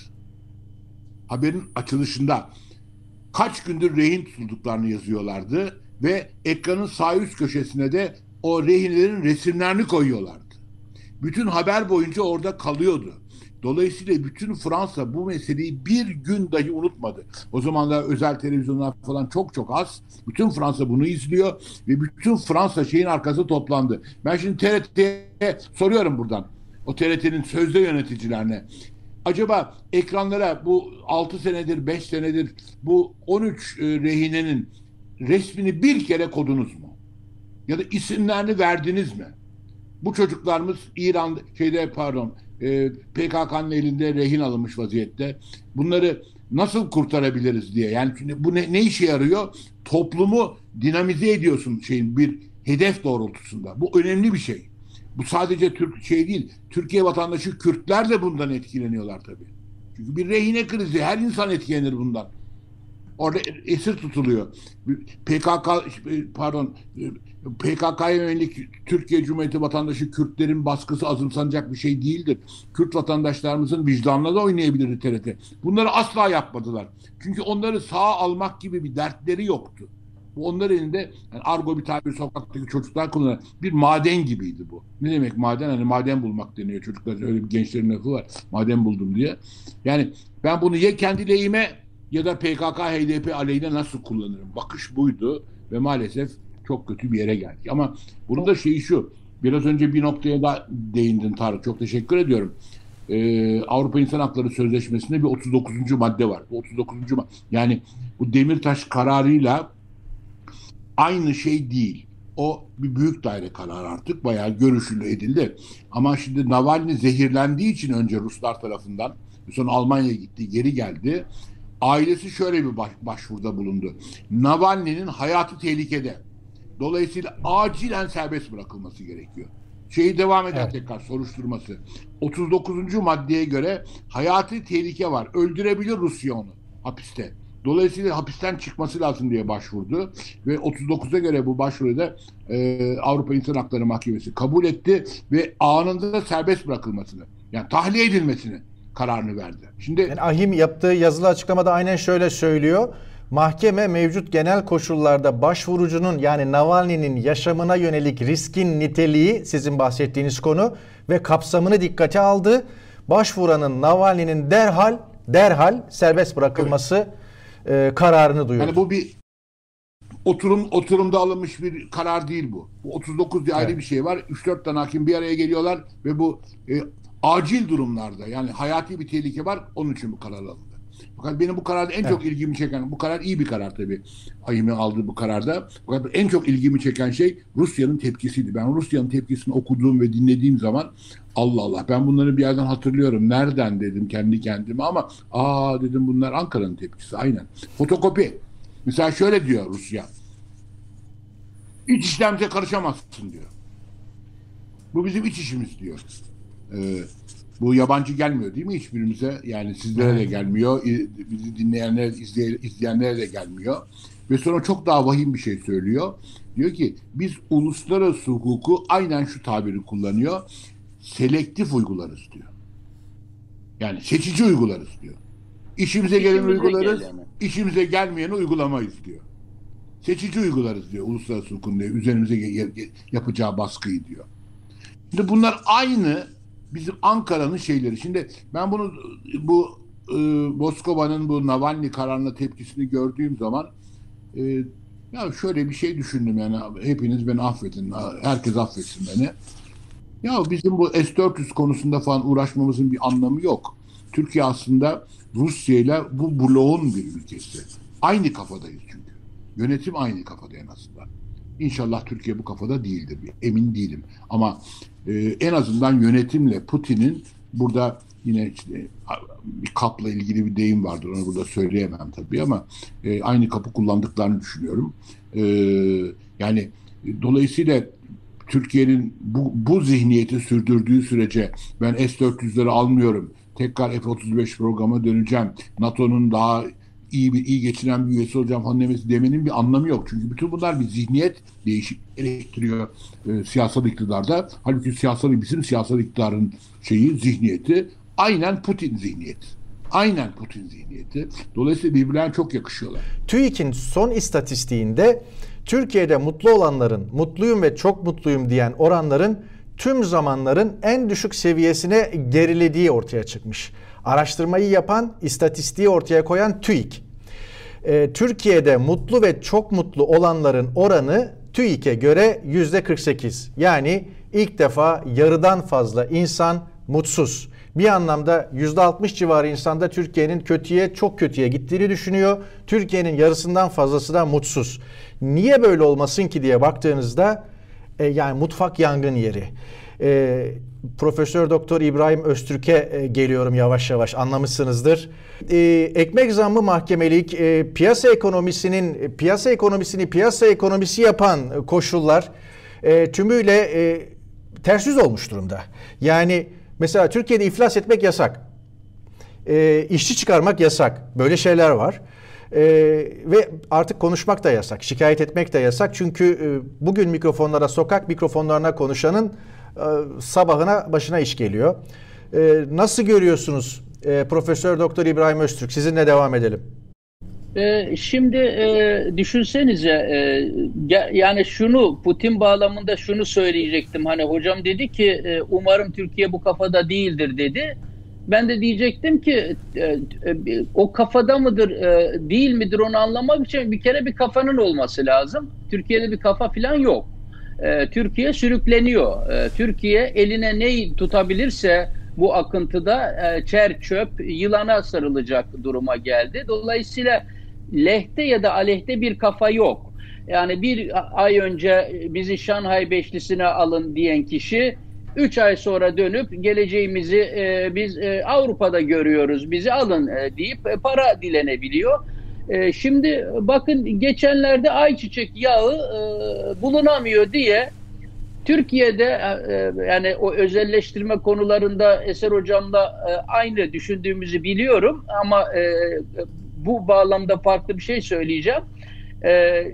Haberin açılışında kaç gündür rehin tutulduklarını yazıyorlardı ve ekranın sağ üst köşesine de o rehinelerin resimlerini koyuyorlardı. Bütün haber boyunca orada kalıyordu. Dolayısıyla bütün Fransa bu meseleyi bir gün dahi unutmadı. O zamanlar özel televizyonlar falan çok çok az. Bütün Fransa bunu izliyor ve bütün Fransa şeyin arkasında toplandı. Ben şimdi T R T'ye soruyorum buradan. O T R T'nin sözde yöneticilerine. Acaba ekranlara bu altı senedir, beş senedir bu on üç e, rehinenin resmini bir kere kodunuz mu? Ya da isimlerini verdiniz mi? Bu çocuklarımız İran şeyde pardon e, P K K'nın elinde rehin alınmış vaziyette. Bunları nasıl kurtarabiliriz diye. Yani bu ne, ne işe yarıyor? Toplumu dinamize ediyorsun şeyin bir hedef doğrultusunda. Bu önemli bir şey. Bu sadece Türk şey değil. Türkiye vatandaşı Kürtler de bundan etkileniyorlar tabii. Çünkü bir rehine krizi. Her insan etkilenir bundan. Orada esir tutuluyor. P K K pardon P K K'ya yönelik Türkiye Cumhuriyeti vatandaşı Kürtlerin baskısı azımsanacak bir şey değildir. Kürt vatandaşlarımızın vicdanına da oynayabilir T R T. Bunları asla yapmadılar. Çünkü onları sağa almak gibi bir dertleri yoktu. Bu onların elinde yani argo bir tabir sokaktaki çocuklar kullanan bir maden gibiydi bu. Ne demek maden? Hani maden bulmak deniyor çocuklar. Öyle bir gençlerin lafı var. Maden buldum diye. Yani ben bunu ya kendi lehime ya da P K K H D P aleyhine nasıl kullanırım? Bakış buydu ve maalesef çok kötü bir yere geldik. Ama bunun da şeyi şu. Biraz önce bir noktaya da değindin Tarık. Çok teşekkür ediyorum. Ee, Avrupa İnsan Hakları Sözleşmesi'nde bir otuz dokuzuncu madde var. Bu otuz dokuzuncu madde. Yani bu Demirtaş kararıyla aynı şey değil. O bir büyük daire kararı artık. Bayağı görüşülü edildi. Ama şimdi Navalny zehirlendiği için önce Ruslar tarafından sonra Almanya'ya gitti, geri geldi. Ailesi şöyle bir baş, başvuruda bulundu. Navalny'nin hayatı tehlikede. Dolayısıyla acilen serbest bırakılması gerekiyor. Şeyi devam eder evet. Tekrar soruşturması. otuz dokuzuncu maddeye göre hayati tehlike var. Öldürebilir Rusya onu hapiste. Dolayısıyla hapisten çıkması lazım diye başvurdu. Ve otuz dokuza göre bu başvuruyu da e, Avrupa İnsan Hakları Mahkemesi kabul etti ve anında serbest bırakılmasını, yani tahliye edilmesini kararını verdi. Şimdi yani Ahim yaptığı yazılı açıklamada aynen şöyle söylüyor. Mahkeme mevcut genel koşullarda başvurucunun yani Navalny'nin yaşamına yönelik riskin niteliği sizin bahsettiğiniz konu ve kapsamını dikkate aldı. Başvuranın Navalny'nin derhal derhal serbest bırakılması evet. e, kararını duyurdu. Yani bu bir oturum oturumda alınmış bir karar değil bu. Bu otuz dokuz diye ayrı evet. bir şey var. üç dört tane hakim bir araya geliyorlar ve bu e, acil durumlarda yani hayati bir tehlike var onun için bu karar alındı. Fakat benim bu kararda en evet. çok ilgimi çeken, bu karar iyi bir karar tabii. Ahim'in aldığı bu kararda. Fakat en çok ilgimi çeken şey Rusya'nın tepkisiydi. Ben Rusya'nın tepkisini okuduğum ve dinlediğim zaman Allah Allah ben bunları bir yerden hatırlıyorum. Nereden dedim kendi kendime ama aa dedim bunlar Ankara'nın tepkisi aynen. Fotokopi. Mesela şöyle diyor Rusya. İç işlemimize karışamazsın diyor. Bu bizim iç işimiz diyor. Ee, bu yabancı gelmiyor değil mi hiçbirimize? Yani sizlere de gelmiyor. Bizi dinleyenler, izleyenlere de gelmiyor. Ve sonra çok daha vahim bir şey söylüyor. Diyor ki biz uluslararası hukuku aynen şu tabiri kullanıyor. Selektif uygularız diyor. Yani seçici uygularız diyor. İşimize gelen uygularız, gelene. işimize gelmeyeni uygulamayız diyor. Seçici uygularız diyor uluslararası hukukun diyor. Üzerimize yapacağı baskıyı diyor. Şimdi bunlar aynı bizim Ankara'nın şeyleri. Şimdi ben bunu bu e, Moskova'nın bu Navalny kararına tepkisini gördüğüm zaman e, ya şöyle bir şey düşündüm yani hepiniz beni affedin. Herkes affetsin beni. Ya bizim bu S dört yüz konusunda falan uğraşmamızın bir anlamı yok. Türkiye aslında Rusya ile bu bloğun bir ülkesi. Aynı kafadayız çünkü. Yönetim aynı kafada en azından. İnşallah Türkiye bu kafada değildir. Emin değilim. Ama e, en azından yönetimle Putin'in burada yine işte, bir kapla ilgili bir deyim vardır. Onu burada söyleyemem tabii ama e, aynı kapı kullandıklarını düşünüyorum. E, yani e, dolayısıyla Türkiye'nin bu, bu zihniyeti sürdürdüğü sürece ben S dört yüzleri almıyorum. Tekrar F otuz beş programa döneceğim. NATO'nun daha iyi bir iyi geçinen bir üyesi olacağım falan demesi demenin bir anlamı yok. Çünkü bütün bunlar bir zihniyet değişik gerektiriyor e, siyasal iktidarda. Halbuki siyasal bizim siyasal iktidarın şeyi zihniyeti aynen Putin zihniyeti. Aynen Putin zihniyeti. Dolayısıyla birbirlerine çok yakışıyorlar. TÜİK'in son istatistiğinde Türkiye'de mutlu olanların, mutluyum ve çok mutluyum diyen oranların tüm zamanların en düşük seviyesine gerilediği ortaya çıkmış. Araştırmayı yapan, istatistiği ortaya koyan TÜİK. Ee, Türkiye'de mutlu ve çok mutlu olanların oranı TÜİK'e göre yüzde kırk sekiz. Yani ilk defa yarıdan fazla insan mutsuz. Bir anlamda yüzde altmış civarı insanda Türkiye'nin kötüye, çok kötüye gittiğini düşünüyor. Türkiye'nin yarısından fazlası da mutsuz. Niye böyle olmasın ki diye baktığınızda e, yani mutfak yangın yeri. E, Profesör Doktor İbrahim Öztürk'e e, geliyorum yavaş yavaş, anlamışsınızdır. E, ekmek zammı mahkemelik, e, piyasa ekonomisinin piyasa ekonomisini piyasa ekonomisi yapan koşullar e, tümüyle e, ters yüz olmuş durumda. Yani mesela Türkiye'de iflas etmek yasak. E, işçi çıkarmak yasak. Böyle şeyler var. E, ve artık konuşmak da yasak. Şikayet etmek de yasak. Çünkü e, bugün mikrofonlara, sokak mikrofonlarına konuşanın e, sabahına başına iş geliyor. E, nasıl görüyorsunuz e, Profesör Doktor İbrahim Öztürk? Sizinle devam edelim. Ee, şimdi e, düşünsenize e, yani şunu Putin bağlamında şunu söyleyecektim. Hani hocam dedi ki e, umarım Türkiye bu kafada değildir dedi. Ben de diyecektim ki e, e, o kafada mıdır e, değil midir onu anlamak için bir kere bir kafanın olması lazım. Türkiye'de bir kafa falan yok. E, Türkiye sürükleniyor. E, Türkiye eline neyi tutabilirse bu akıntıda e, çer çöp yılana sarılacak duruma geldi. Dolayısıyla lehte ya da aleyhte bir kafa yok. Yani bir ay önce bizi Şanghay Beşlisi'ne alın diyen kişi üç ay sonra dönüp geleceğimizi e, biz e, Avrupa'da görüyoruz, bizi alın e, deyip e, para dilenebiliyor. E, şimdi bakın geçenlerde ayçiçek yağı e, bulunamıyor diye Türkiye'de e, yani o özelleştirme konularında Eser Hocam'la e, aynı düşündüğümüzü biliyorum ama e, bu bağlamda farklı bir şey söyleyeceğim. E,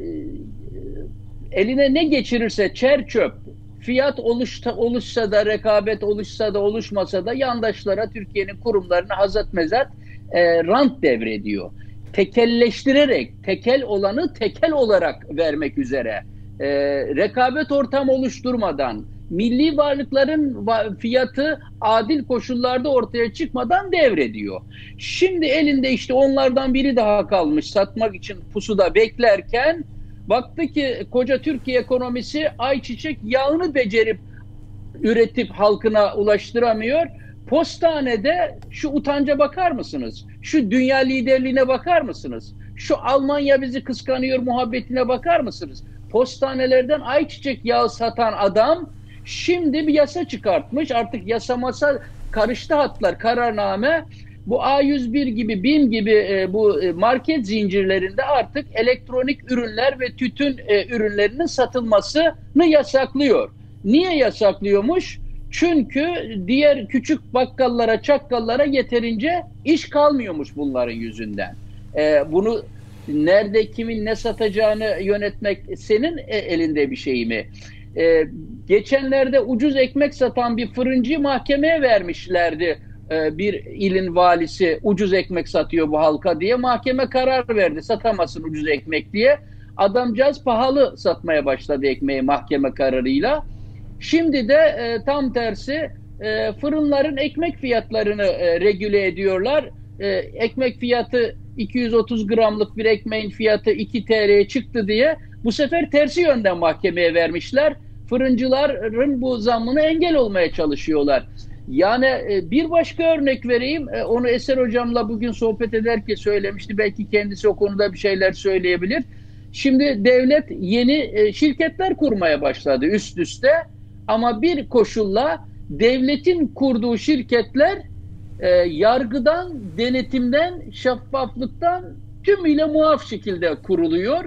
eline ne geçirirse çer çöp, fiyat oluşta, oluşsa da, rekabet oluşsa da oluşmasa da yandaşlara, Türkiye'nin kurumlarına hazat mezat e, rant devrediyor. Tekelleştirerek, tekel olanı tekel olarak vermek üzere. E, rekabet ortamı oluşturmadan, milli varlıkların fiyatı adil koşullarda ortaya çıkmadan devrediyor. Şimdi elinde işte onlardan biri daha kalmış satmak için pusuda beklerken baktı ki koca Türkiye ekonomisi ayçiçek yağını becerip üretip halkına ulaştıramıyor. Postanede şu utanca bakar mısınız? Şu dünya liderliğine bakar mısınız? Şu Almanya bizi kıskanıyor muhabbetine bakar mısınız? Postanelerden ayçiçek yağı satan adam şimdi bir yasa çıkartmış. Artık yasa masa karıştı hatlar, kararname. Bu A yüz bir gibi, BİM gibi e, bu market zincirlerinde artık elektronik ürünler ve tütün e, ürünlerinin satılmasını yasaklıyor. Niye yasaklıyormuş? Çünkü diğer küçük bakkallara, çakkallara yeterince iş kalmıyormuş bunların yüzünden. E, bunu nerede kimin ne satacağını yönetmek senin elinde bir şey mi? Ee, geçenlerde ucuz ekmek satan bir fırıncıyı mahkemeye vermişlerdi. Ee, bir ilin valisi ucuz ekmek satıyor bu halka diye. Mahkeme karar verdi satamazsın ucuz ekmek diye. Adamcağız pahalı satmaya başladı ekmeği mahkeme kararıyla. Şimdi de e, tam tersi e, fırınların ekmek fiyatlarını e, regüle ediyorlar. E, ekmek fiyatı iki yüz otuz gramlık bir ekmeğin fiyatı iki T L'ye çıktı diye bu sefer tersi yönden mahkemeye vermişler. fırıncıların bu zammına engel olmaya çalışıyorlar. Yani e, bir başka örnek vereyim. E, onu Eser Hocam'la bugün sohbet ederken söylemişti. Belki kendisi o konuda bir şeyler söyleyebilir. Şimdi devlet yeni e, şirketler kurmaya başladı üst üste. Ama bir koşulla devletin kurduğu şirketler e, yargıdan, denetimden, şeffaflıktan tümüyle muaf şekilde kuruluyor.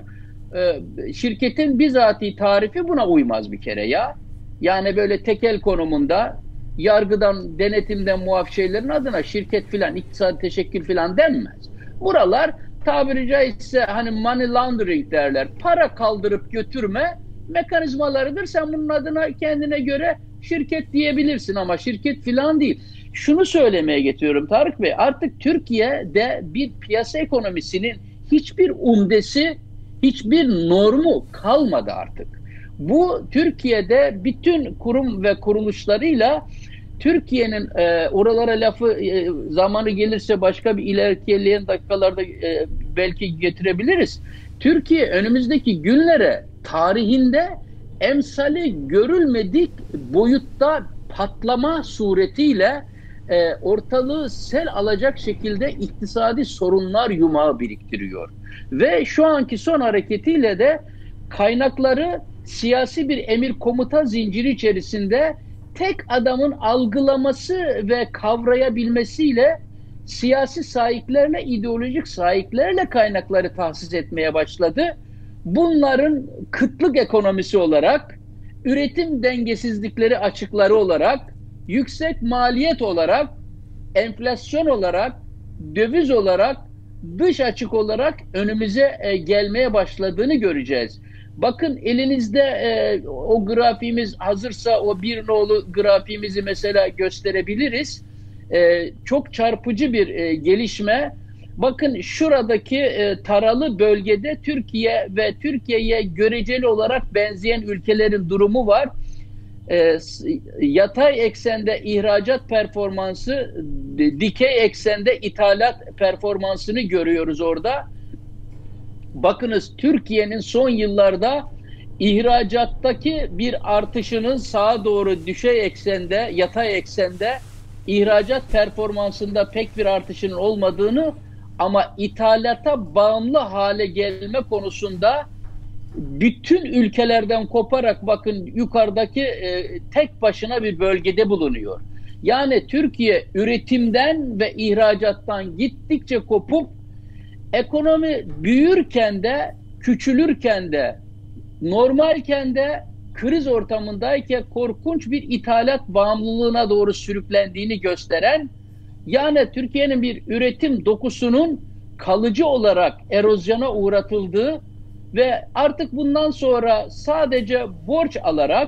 E, şirketin bizatihi tarifi buna uymaz bir kere ya. Yani böyle tekel konumunda yargıdan, denetimden muaf şeylerin adına şirket filan, iktisadi teşekkül filan denmez. Buralar tabiri caizse hani money laundering derler. Para kaldırıp götürme mekanizmalarıdır. Sen bunun adına kendine göre şirket diyebilirsin ama şirket filan değil. Şunu söylemeye getiriyorum Tarık Bey. Artık Türkiye'de bir piyasa ekonomisinin hiçbir umdesi, hiçbir normu kalmadı artık. Bu Türkiye'de bütün kurum ve kuruluşlarıyla Türkiye'nin e, oralara lafı e, zamanı gelirse başka bir ilerleyen dakikalarda e, belki getirebiliriz. Türkiye önümüzdeki günlere tarihinde emsali görülmedik boyutta patlama suretiyle e, ortalığı sel alacak şekilde iktisadi sorunlar yumağı biriktiriyor. Ve şu anki son hareketiyle de kaynakları siyasi bir emir komuta zinciri içerisinde tek adamın algılaması ve kavrayabilmesiyle siyasi sahiplerle, ideolojik sahiplerle kaynakları tahsis etmeye başladı. Bunların kıtlık ekonomisi olarak, üretim dengesizlikleri açıkları olarak, yüksek maliyet olarak, enflasyon olarak, döviz olarak, dış açık olarak önümüze e, gelmeye başladığını göreceğiz. Bakın elinizde e, o grafiğimiz hazırsa o bir nolu grafiğimizi mesela gösterebiliriz. E, çok çarpıcı bir e, gelişme. Bakın şuradaki e, taralı bölgede Türkiye ve Türkiye'ye göreceli olarak benzeyen ülkelerin durumu var. E, yatay eksende ihracat performansı, dikey eksende ithalat performansını görüyoruz orada. Bakınız Türkiye'nin son yıllarda ihracattaki bir artışının sağa doğru düşey eksende, yatay eksende, ihracat performansında pek bir artışının olmadığını ama ithalata bağımlı hale gelme konusunda bütün ülkelerden koparak bakın yukarıdaki e, tek başına bir bölgede bulunuyor. Yani Türkiye üretimden ve ihracattan gittikçe kopup ekonomi büyürken de, küçülürken de, normalken de, kriz ortamındayken korkunç bir ithalat bağımlılığına doğru sürüklendiğini gösteren, yani Türkiye'nin bir üretim dokusunun kalıcı olarak erozyona uğratıldığı ve artık bundan sonra sadece borç alarak,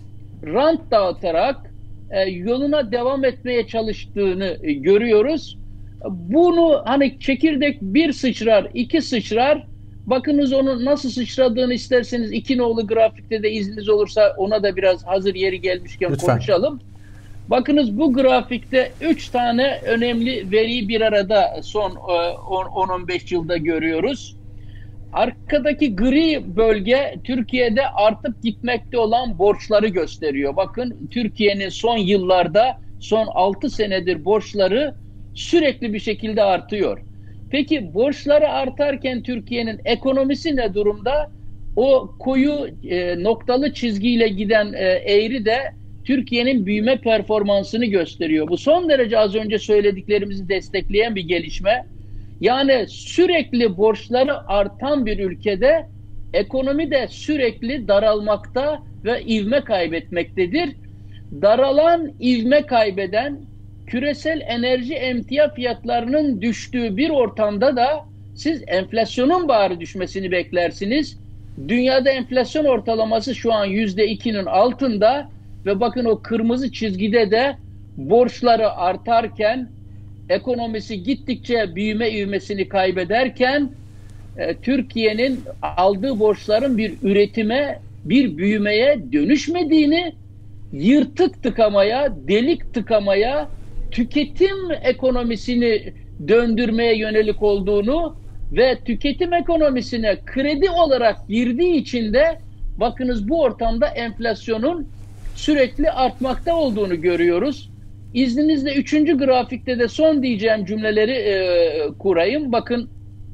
rant dağıtarak e, yoluna devam etmeye çalıştığını e, görüyoruz. Bunu hani çekirdek bir sıçrar, iki sıçrar. Bakınız onun nasıl sıçradığını isterseniz iki nolu grafikte de izniniz olursa ona da biraz hazır yeri gelmişken Lütfen. konuşalım. Bakınız bu grafikte üç tane önemli veriyi bir arada son on on beş yılda görüyoruz. Arkadaki gri bölge Türkiye'de artıp gitmekte olan borçları gösteriyor. Bakın Türkiye'nin son yıllarda, son altı senedir borçları sürekli bir şekilde artıyor. Peki borçları artarken Türkiye'nin ekonomisi ne durumda? O koyu e, noktalı çizgiyle giden e, eğri de Türkiye'nin büyüme performansını gösteriyor. Bu son derece az önce söylediklerimizi destekleyen bir gelişme. Yani sürekli borçları artan bir ülkede ekonomi de sürekli daralmakta ve ivme kaybetmektedir. Daralan, ivme kaybeden, küresel enerji emtia fiyatlarının düştüğü bir ortamda da siz enflasyonun bari düşmesini beklersiniz. Dünyada enflasyon ortalaması şu an yüzde ikinin altında ve bakın o kırmızı çizgide de borçları artarken, ekonomisi gittikçe büyüme ivmesini kaybederken e, Türkiye'nin aldığı borçların bir üretime, bir büyümeye dönüşmediğini, yırtık tıkamaya, delik tıkamaya, tüketim ekonomisini döndürmeye yönelik olduğunu ve tüketim ekonomisine kredi olarak girdiği için de Bakınız bu ortamda enflasyonun sürekli artmakta olduğunu görüyoruz. İzninizle üçüncü grafikte de son diyeceğim cümleleri e, kurayım. Bakın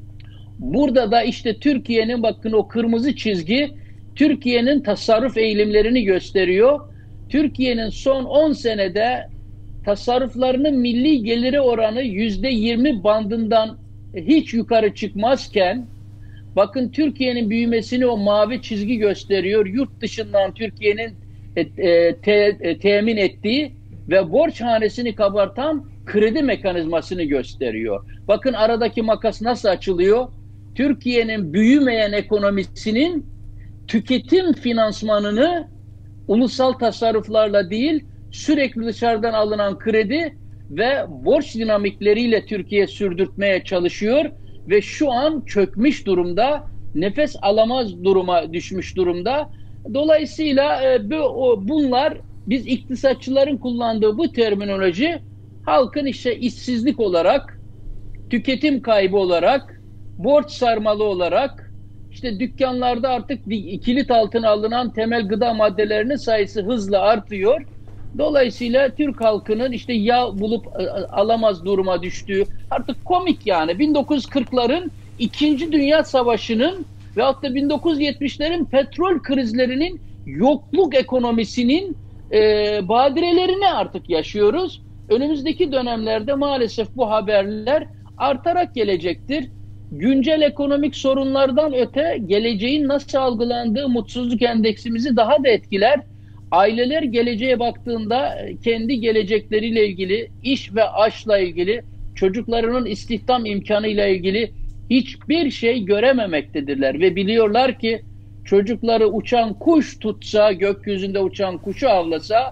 burada da işte Türkiye'nin, bakın o kırmızı çizgi Türkiye'nin tasarruf eğilimlerini gösteriyor. Türkiye'nin son on senede tasarruflarının milli geliri oranı yüzde yirmi bandından hiç yukarı çıkmazken, bakın Türkiye'nin büyümesini o mavi çizgi gösteriyor. Yurt dışından Türkiye'nin e, e, te, e, temin ettiği ve borç hanesini kabartan kredi mekanizmasını gösteriyor. Bakın aradaki makas nasıl açılıyor? Türkiye'nin büyümeyen ekonomisinin tüketim finansmanını ulusal tasarruflarla değil, sürekli dışarıdan alınan kredi ve borç dinamikleriyle Türkiye sürdürtmeye çalışıyor ve şu an çökmüş durumda, nefes alamaz duruma düşmüş durumda. Dolayısıyla e, bu, o, bunlar, biz iktisatçıların kullandığı bu terminoloji halkın işte işsizlik olarak, tüketim kaybı olarak, borç sarmalı olarak, işte dükkanlarda artık kilit altına alınan temel gıda maddelerinin sayısı hızla artıyor. Dolayısıyla Türk halkının işte yağ bulup alamaz duruma düştüğü, artık komik yani. bin dokuz yüz kırkların İkinci Dünya Savaşı'nın ve hatta bin dokuz yüz yetmişlerin petrol krizlerinin yokluk ekonomisinin e, badirelerini artık yaşıyoruz. Önümüzdeki dönemlerde maalesef bu haberler artarak gelecektir. Güncel ekonomik sorunlardan öte geleceğin nasıl algılandığı mutsuzluk endeksimizi daha da etkiler. Aileler geleceğe baktığında kendi gelecekleriyle ilgili, iş ve aşla ilgili, çocuklarının istihdam imkanıyla ilgili hiçbir şey görememektedirler. Ve biliyorlar ki çocukları uçan kuş tutsa, gökyüzünde uçan kuşu avlasa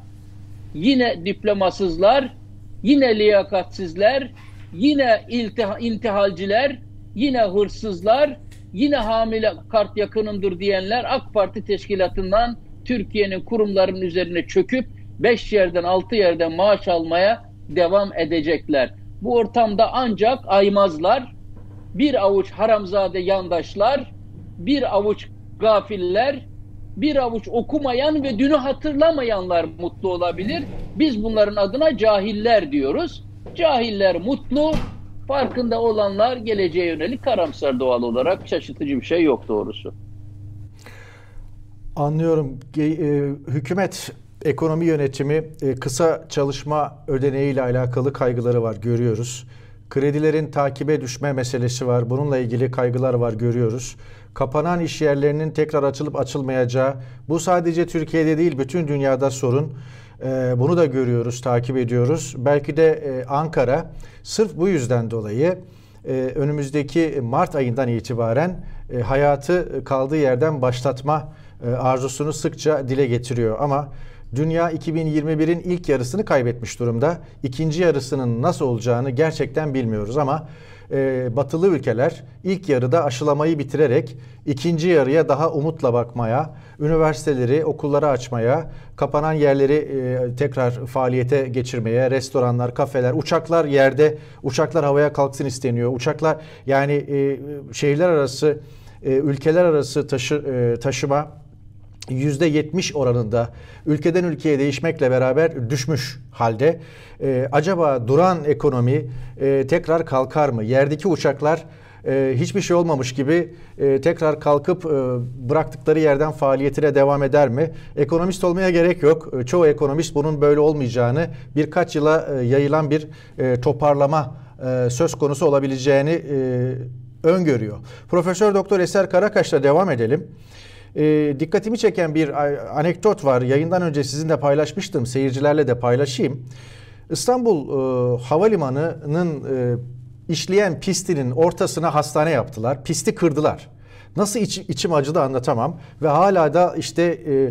yine diplomasızlar, yine liyakatsizler, yine iltiha, intihalciler, yine hırsızlar, yine hamile kart yakınımdır diyenler AK Parti teşkilatından Türkiye'nin kurumlarının üzerine çöküp beş yerden altı yerden maaş almaya devam edecekler. Bu ortamda ancak aymazlar, bir avuç haramzade yandaşlar, bir avuç gafiller, bir avuç okumayan ve dünü hatırlamayanlar mutlu olabilir. Biz bunların adına cahiller diyoruz. Cahiller mutlu, farkında olanlar geleceğe yönelik karamsar doğal olarak. Şaşırtıcı bir şey yok doğrusu. Anlıyorum. Hükümet ekonomi yönetimi kısa çalışma ödeneğiyle alakalı kaygıları var, görüyoruz. Kredilerin takibe düşme meselesi var. Bununla ilgili kaygılar var, görüyoruz. Kapanan iş yerlerinin tekrar açılıp açılmayacağı, bu sadece Türkiye'de değil bütün dünyada sorun. Bunu da görüyoruz, takip ediyoruz. Belki de Ankara sırf bu yüzden dolayı önümüzdeki Mart ayından itibaren hayatı kaldığı yerden başlatma arzusunu sıkça dile getiriyor. Ama dünya iki bin yirmi birin ilk yarısını kaybetmiş durumda. İkinci yarısının nasıl olacağını gerçekten bilmiyoruz ama e, batılı ülkeler ilk yarıda aşılamayı bitirerek ikinci yarıya daha umutla bakmaya, üniversiteleri, okulları açmaya, kapanan yerleri e, tekrar faaliyete geçirmeye, restoranlar, kafeler, uçaklar yerde, uçaklar havaya kalksın isteniyor. Uçaklar yani e, şehirler arası, e, ülkeler arası taşı, e, taşıma yüzde yetmiş oranında ülkeden ülkeye değişmekle beraber düşmüş halde. Ee, acaba duran ekonomi e, tekrar kalkar mı? Yerdeki uçaklar e, hiçbir şey olmamış gibi e, tekrar kalkıp e, bıraktıkları yerden faaliyetine devam eder mi? Ekonomist olmaya gerek yok. E, çoğu ekonomist bunun böyle olmayacağını, birkaç yıla e, yayılan bir e, toparlama e, söz konusu olabileceğini e, öngörüyor. Profesör Doktor Eser Karakaş'la devam edelim. E, dikkatimi çeken bir anekdot var. Yayından önce sizinle paylaşmıştım. Seyircilerle de paylaşayım. İstanbul e, Havalimanı'nın e, işleyen pistinin ortasına hastane yaptılar. Pisti kırdılar. Nasıl iç, içim acıdı anlatamam. Ve hala da işte e, e,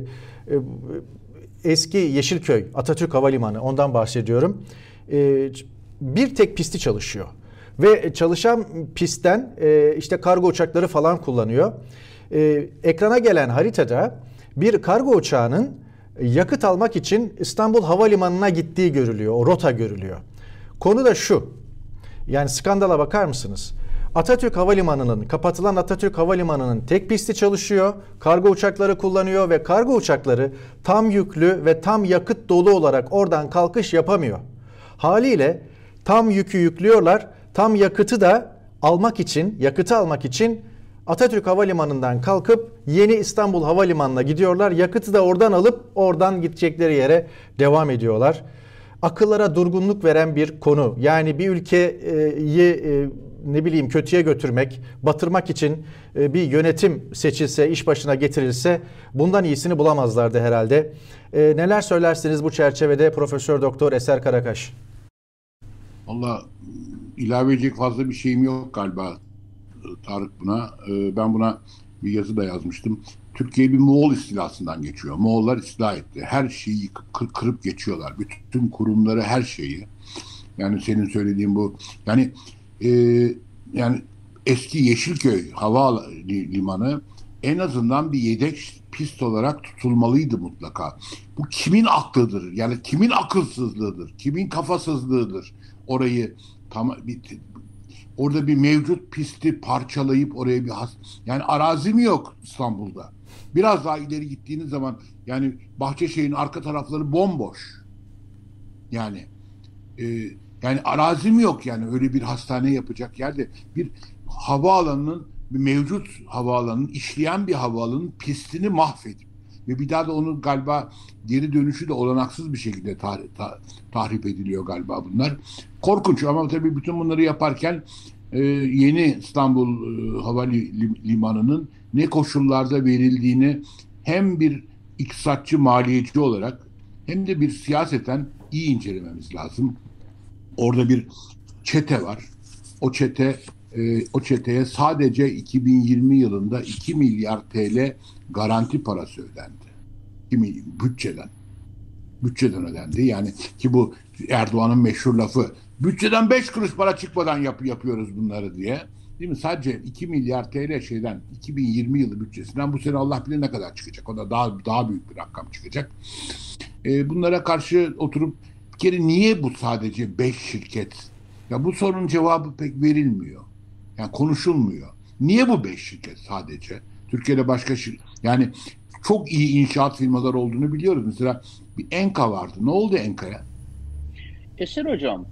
eski Yeşilköy Atatürk Havalimanı, ondan bahsediyorum. E, bir tek pisti çalışıyor. Ve çalışan pistten e, işte kargo uçakları falan kullanıyor. Ee, ekrana gelen haritada bir kargo uçağının yakıt almak için İstanbul Havalimanı'na gittiği görülüyor. O rota görülüyor. Konu da şu. Yani skandala bakar mısınız? Atatürk Havalimanı'nın, kapatılan Atatürk Havalimanı'nın tek pisti çalışıyor. Kargo uçakları kullanıyor ve kargo uçakları tam yüklü ve tam yakıt dolu olarak oradan kalkış yapamıyor. Haliyle tam yükü yüklüyorlar. Tam yakıtı da almak için, yakıtı almak için Atatürk Havalimanı'ndan kalkıp Yeni İstanbul Havalimanı'na gidiyorlar. Yakıtı da oradan alıp oradan gidecekleri yere devam ediyorlar. Akıllara durgunluk veren bir konu. Yani bir ülkeyi ne bileyim kötüye götürmek, batırmak için bir yönetim seçilse, iş başına getirilse bundan iyisini bulamazlardı herhalde. Neler söylersiniz bu çerçevede Profesör Doktor Eser Karakaş? Vallahi ilave edecek fazla bir şeyim yok galiba Tarık buna. Ben buna bir yazı da yazmıştım. Türkiye bir Moğol istilasından geçiyor. Moğollar istila etti. Her şeyi yıkıp kır, kırıp geçiyorlar. Bütün kurumları, her şeyi. Yani senin söylediğin bu. Yani e, yani eski Yeşilköy hava limanı en azından bir yedek pist olarak tutulmalıydı mutlaka. Bu kimin aklıdır? Yani kimin akılsızlığıdır? Kimin kafasızlığıdır? Orayı tam bir, orada bir mevcut pisti parçalayıp oraya bir has, yani arazi mi yok İstanbul'da? Biraz daha ileri gittiğiniz zaman yani Bahçeşehir'in arka tarafları bomboş. Yani e, yani arazi mi yok yani öyle bir hastane yapacak yerde bir havaalanının bir mevcut havaalanının işleyen bir havaalanının pistini mahvedip ve bir daha da onu galiba geri dönüşü de olanaksız bir şekilde tah tah tahrip ediliyor galiba bunlar. Korkunç ama tabii bütün bunları yaparken e, yeni İstanbul e, Havalimanı'nın ne koşullarda verildiğini hem bir iktisatçı maliyeci olarak hem de bir siyaseten iyi incelememiz lazım. Orada bir çete var. O çete e, o çeteye sadece iki bin yirmi yılında iki milyar T L garanti parası ödendi. Bütçeden. Bütçeden ödendi. Yani ki bu Erdoğan'ın meşhur lafı bütçeden beş kuruş para çıkmadan yap, yapıyoruz bunları diye. Değil mi? Sadece iki milyar T L şeyden iki bin yirmi yılı bütçesinden bu sene Allah bilir ne kadar çıkacak. O da daha daha büyük bir rakam çıkacak. E, bunlara karşı oturup bir kere niye bu sadece beş şirket? Ya bu sorunun cevabı pek verilmiyor. Yani konuşulmuyor. Niye bu beş şirket sadece? Türkiye'de başka şirket yani çok iyi inşaat firmaları olduğunu biliyoruz. Mesela bir Enka vardı. Ne oldu Enka'ya? Eser Hocam,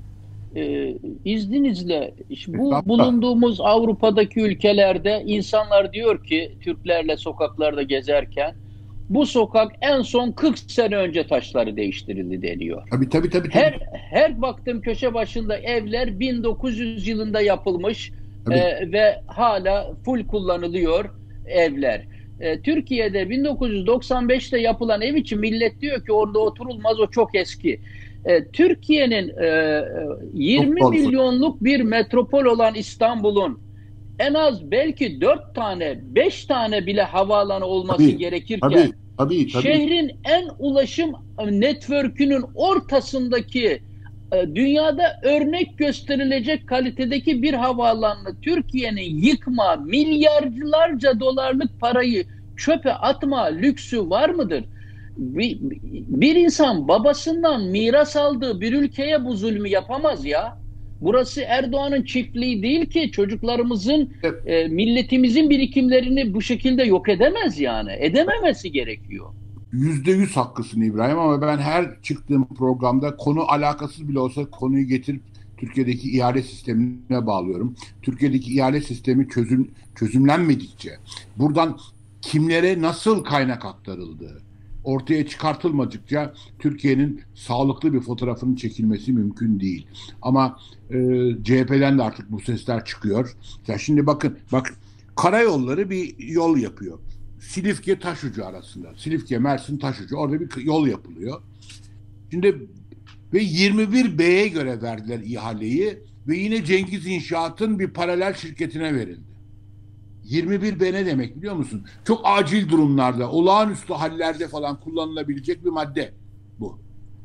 e, izninizle bu bulunduğumuz Avrupa'daki ülkelerde insanlar diyor ki Türklerle sokaklarda gezerken bu sokak en son kırk sene önce taşları değiştirildi deniyor. Tabii tabii tabii. tabii. Her her baktığım köşe başında evler bin dokuz yüz yılında yapılmış e, ve hala full kullanılıyor evler. E, Türkiye'de bin dokuz yüz doksan beşte yapılan ev için millet diyor ki orada oturulmaz, o çok eski. E, Türkiye'nin e, yirmi milyonluk bir metropol olan İstanbul'un en az belki dört tane, beş tane bile havaalanı olması tabii, gerekirken tabii, tabii, tabii. şehrin en ulaşım network'ünün ortasındaki dünyada örnek gösterilecek kalitedeki bir havaalanını Türkiye'nin yıkma, milyarlarca dolarlık parayı çöpe atma lüksü var mıdır? Bir, bir insan babasından miras aldığı bir ülkeye bu zulmü yapamaz ya. Burası Erdoğan'ın çiftliği değil ki, çocuklarımızın, evet. e, milletimizin birikimlerini bu şekilde yok edemez yani. Edememesi gerekiyor. Yüzde yüz haklısın İbrahim ama ben her çıktığım programda konu alakasız bile olsa konuyu getirip Türkiye'deki ihale sistemine bağlıyorum. Türkiye'deki ihale sistemi çözüm, çözümlenmedikçe buradan kimlere nasıl kaynak aktarıldığı ortaya çıkartılmadıkça Türkiye'nin sağlıklı bir fotoğrafının çekilmesi mümkün değil. Ama e, C H P'den de artık bu sesler çıkıyor. Ya şimdi bakın, bak karayolları bir yol yapıyor. Silifke Taşucu arasında. Silifke Mersin Taşucu, orada bir yol yapılıyor. Şimdi ve yirmi bir B'ye göre verdiler ihaleyi ve yine Cengiz İnşaat'ın bir paralel şirketine verildi. yirmi bir B ne demek biliyor musun? Çok acil durumlarda, olağanüstü hallerde falan kullanılabilecek bir madde bu.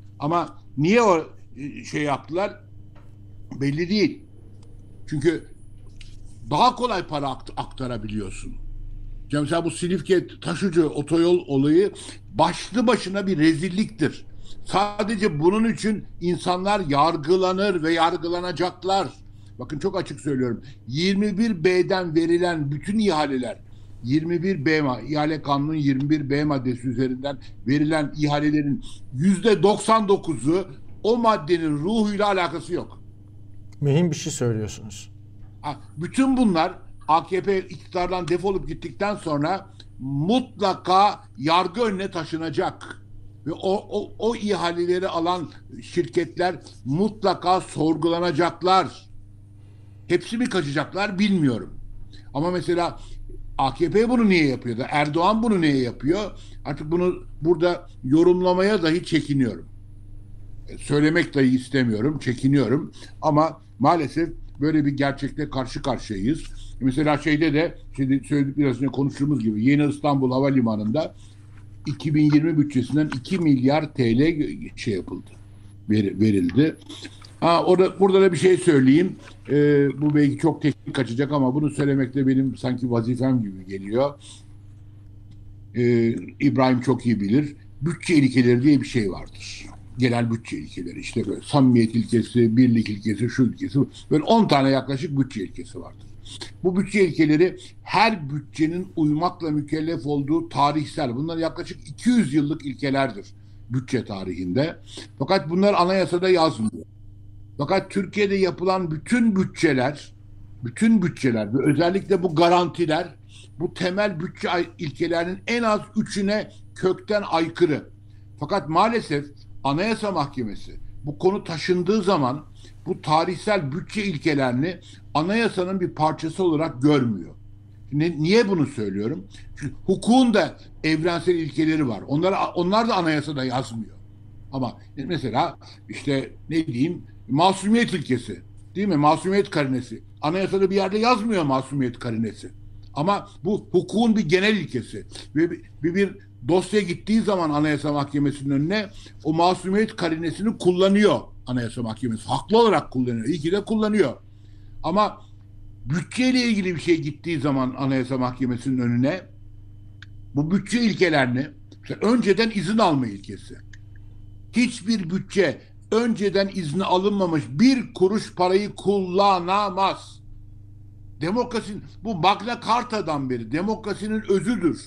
Ama niye o şey yaptılar? Belli değil. Çünkü daha kolay para aktarabiliyorsun. Mesela bu Silifke Taşucu otoyol olayı başlı başına bir rezilliktir. Sadece bunun için insanlar yargılanır ve yargılanacaklar. bakın çok açık söylüyorum, yirmi bir B'den verilen bütün ihaleler, yirmi bir B ihale kanunun yirmi bir B maddesi üzerinden verilen ihalelerin yüzde doksan dokuzu o maddenin ruhuyla alakası yok. Mühim bir şey söylüyorsunuz. Bütün bunlar A K P iktidardan defolup gittikten sonra mutlaka yargı önüne taşınacak. Ve o, o, o ihaleleri alan şirketler mutlaka sorgulanacaklar. Hepsi mi kaçacaklar bilmiyorum. Ama mesela A K P bunu niye yapıyor da Erdoğan bunu niye yapıyor? Artık bunu burada yorumlamaya dahi çekiniyorum. Söylemek dahi istemiyorum, çekiniyorum. Ama maalesef böyle bir gerçekle karşı karşıyayız. Mesela şeyde de, şimdi söyledik biraz önce konuştuğumuz gibi, Yeni İstanbul Havalimanı'nda iki bin yirmi bütçesinden iki milyar T L şey yapıldı, verildi. Ha, orada, burada da bir şey söyleyeyim. Ee, bu belki çok teknik kaçacak ama bunu söylemek de benim sanki vazifem gibi geliyor. Ee, İbrahim çok iyi bilir. Bütçe ilkeleri diye bir şey vardır. Genel bütçe ilkeleri, işte böyle samimiyet ilkesi, birlik ilkesi, şu ilkesi, böyle on tane yaklaşık bütçe ilkesi vardır. Bu bütçe ilkeleri her bütçenin uymakla mükellef olduğu tarihsel, bunlar yaklaşık iki yüz yıllık ilkelerdir bütçe tarihinde. Fakat bunlar anayasada yazmıyor. Fakat Türkiye'de yapılan bütün bütçeler, bütün bütçeler ve özellikle bu garantiler, bu temel bütçe ilkelerinin en az üçüne kökten aykırı. Fakat maalesef Anayasa Mahkemesi bu konu taşındığı zaman bu tarihsel bütçe ilkelerini anayasanın bir parçası olarak görmüyor. Ne, niye bunu söylüyorum? Çünkü hukukun da evrensel ilkeleri var. Onlar, onlar da anayasada yazmıyor. Ama mesela işte ne diyeyim, masumiyet ilkesi, değil mi? Masumiyet karinesi. Anayasada bir yerde yazmıyor masumiyet karinesi. Ama bu hukukun bir genel ilkesi. Ve bir, bir, bir dosya gittiği zaman Anayasa Mahkemesi'nin önüne o masumiyet karinesini kullanıyor Anayasa Mahkemesi. Haklı olarak kullanıyor. İyi ki de kullanıyor. Ama bütçeyle ilgili bir şey gittiği zaman Anayasa Mahkemesi'nin önüne, bu bütçe ilkelerini, işte önceden izin alma ilkesi. Hiçbir bütçe önceden izni alınmamış bir kuruş parayı kullanamaz. Demokrasinin, bu Magna Carta'dan beri demokrasinin özüdür.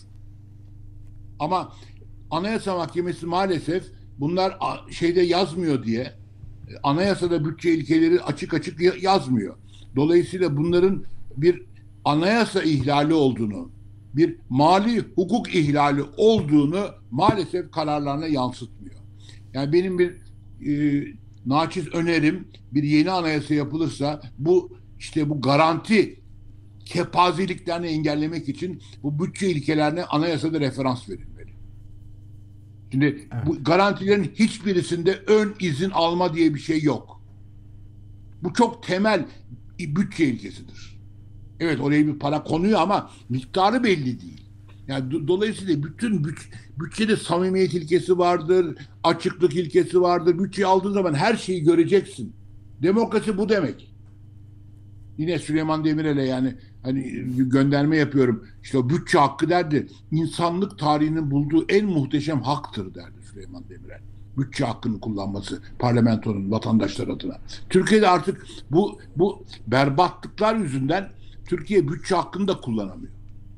Ama Anayasa Mahkemesi maalesef bunlar şeyde yazmıyor diye, anayasada bütçe ilkeleri açık açık yazmıyor. Dolayısıyla bunların bir anayasa ihlali olduğunu, bir mali hukuk ihlali olduğunu maalesef kararlarına yansıtmıyor. Yani benim bir e, naçiz önerim, bir yeni anayasa yapılırsa bu işte bu garanti kepazeliklerini engellemek için bu bütçe ilkelerine anayasada referans verilmeli. Şimdi evet, bu garantilerin hiçbirisinde ön izin alma diye bir şey yok. Bu çok temel bütçe ilkesidir. Evet, oraya bir para konuyor ama miktarı belli değil. Yani do- dolayısıyla bütün büt- bütçede samimiyet ilkesi vardır, açıklık ilkesi vardır. Bütçeyi aldığın zaman her şeyi göreceksin. Demokrasi bu demek. Yine Süleyman Demirel'e yani hani gönderme yapıyorum. İşte o bütçe hakkı derdi. İnsanlık tarihinin bulduğu en muhteşem haktır derdi Süleyman Demirel. Bütçe hakkını kullanması parlamentonun vatandaşlar adına. Türkiye'de artık bu bu berbatlıklar yüzünden Türkiye bütçe hakkını da kullanamıyor.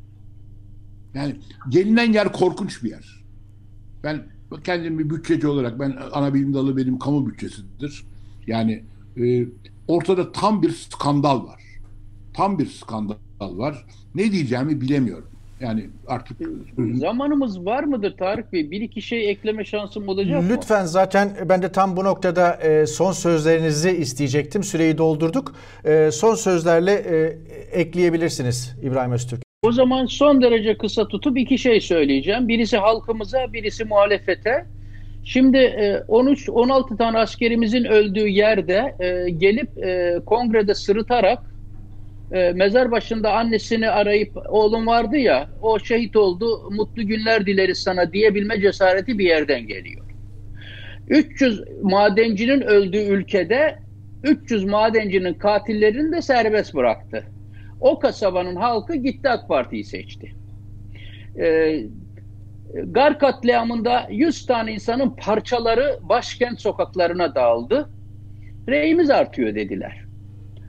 Yani gelinen yer korkunç bir yer. Ben kendim bir bütçeci olarak, ben ana bilim dalı benim kamu bütçesidir. Yani e, ortada tam bir skandal var. Tam bir skandal var. Ne diyeceğimi bilemiyorum. Yani artık... Zamanımız var mıdır Tarık Bey? Bir iki şey ekleme şansım olacak mı? Lütfen, zaten ben de tam bu noktada e, son sözlerinizi isteyecektim. Süreyi doldurduk. E, son sözlerle e, ekleyebilirsiniz İbrahim Öztürk. O zaman son derece kısa tutup iki şey söyleyeceğim. Birisi halkımıza, birisi muhalefete. Şimdi on üç on altı tane askerimizin öldüğü yerde gelip kongrede sırıtarak mezar başında annesini arayıp oğlum vardı ya, o şehit oldu, mutlu günler dileriz sana diyebilme cesareti bir yerden geliyor. üç yüz madencinin öldüğü ülkede üç yüz madencinin katillerini de serbest bıraktı. O kasabanın halkı gitti AK Parti'yi seçti. Ee, Gar katliamında yüz tane insanın parçaları başkent sokaklarına dağıldı. Reyimiz artıyor dediler.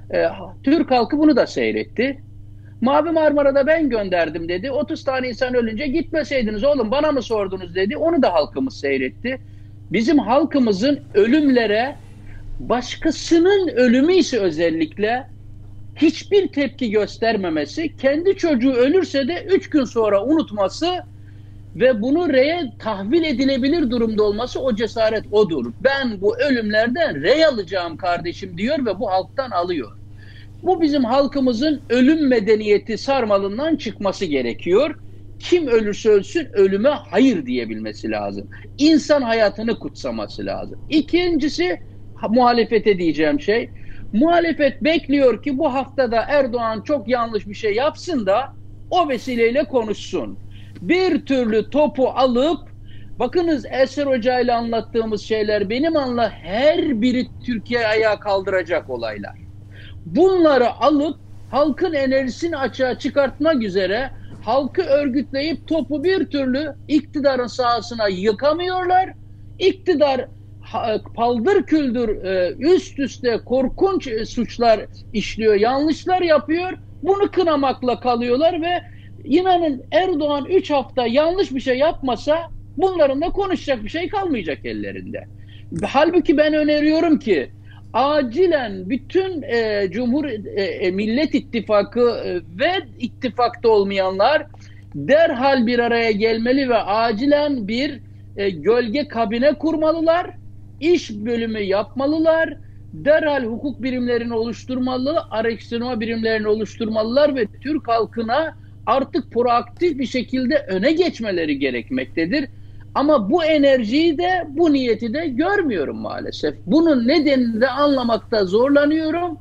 E, Türk halkı bunu da seyretti. Mavi Marmara'da ben gönderdim dedi. otuz tane insan ölünce gitmeseydiniz oğlum bana mı sordunuz dedi. Onu da halkımız seyretti. Bizim halkımızın ölümlere, başkasının ölümü ise özellikle hiçbir tepki göstermemesi, kendi çocuğu ölürse de üç gün sonra unutması ve bunu reye tahvil edilebilir durumda olması, o cesaret odur. Ben bu ölümlerden rey alacağım kardeşim diyor ve bu halktan alıyor. Bu bizim halkımızın ölüm medeniyeti sarmalından çıkması gerekiyor. Kim ölürse ölsün ölüme hayır diyebilmesi lazım. İnsan hayatını kutsaması lazım. İkincisi, muhalefete diyeceğim şey. Muhalefet bekliyor ki bu haftada Erdoğan çok yanlış bir şey yapsın da o vesileyle konuşsun. Bir türlü topu alıp, bakınız Eser Hoca ile anlattığımız şeyler benim anla her biri Türkiye ayağa kaldıracak olaylar. Bunları alıp halkın enerjisini açığa çıkartmak üzere halkı örgütleyip topu bir türlü iktidarın sahasına yıkamıyorlar. İktidar paldır küldür üst üste korkunç suçlar işliyor, yanlışlar yapıyor. Bunu kınamakla kalıyorlar ve inanın Erdoğan üç hafta yanlış bir şey yapmasa bunların da konuşacak bir şey kalmayacak ellerinde. Halbuki ben öneriyorum ki acilen bütün e, Cumhur e, Millet İttifakı e, ve ittifakta olmayanlar derhal bir araya gelmeli ve acilen bir e, gölge kabine kurmalılar. İş bölümü yapmalılar. Derhal hukuk birimlerini oluşturmalı, araştırma birimlerini oluşturmalılar ve Türk halkına artık proaktif bir şekilde öne geçmeleri gerekmektedir. Ama bu enerjiyi de, bu niyeti de görmüyorum maalesef. Bunun nedenini de anlamakta zorlanıyorum.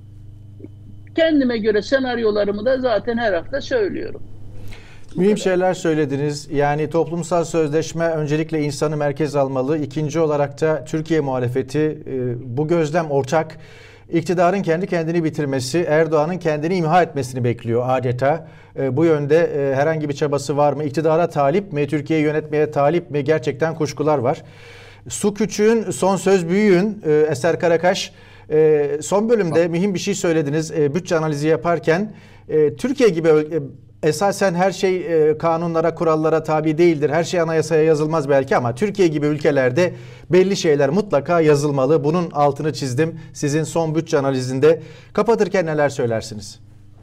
Kendime göre senaryolarımı da zaten her hafta söylüyorum. Mühim şeyler söylediniz. Yani toplumsal sözleşme öncelikle insanı merkez almalı. İkinci olarak da Türkiye muhalefeti, bu gözlem ortak. İktidarın kendi kendini bitirmesi, Erdoğan'ın kendini imha etmesini bekliyor adeta. Bu yönde herhangi bir çabası var mı? İktidara talip mi? Türkiye'yi yönetmeye talip mi? Gerçekten kuşkular var. Su küçüğün, son söz büyüğün. Eser Karakaş, son bölümde mühim bir şey söylediniz. Bütçe analizi yaparken Türkiye gibi esasen her şey kanunlara, kurallara tabi değildir. Her şey anayasaya yazılmaz belki ama Türkiye gibi ülkelerde belli şeyler mutlaka yazılmalı. Bunun altını çizdim sizin son bütçe analizinde. Kapatırken neler söylersiniz?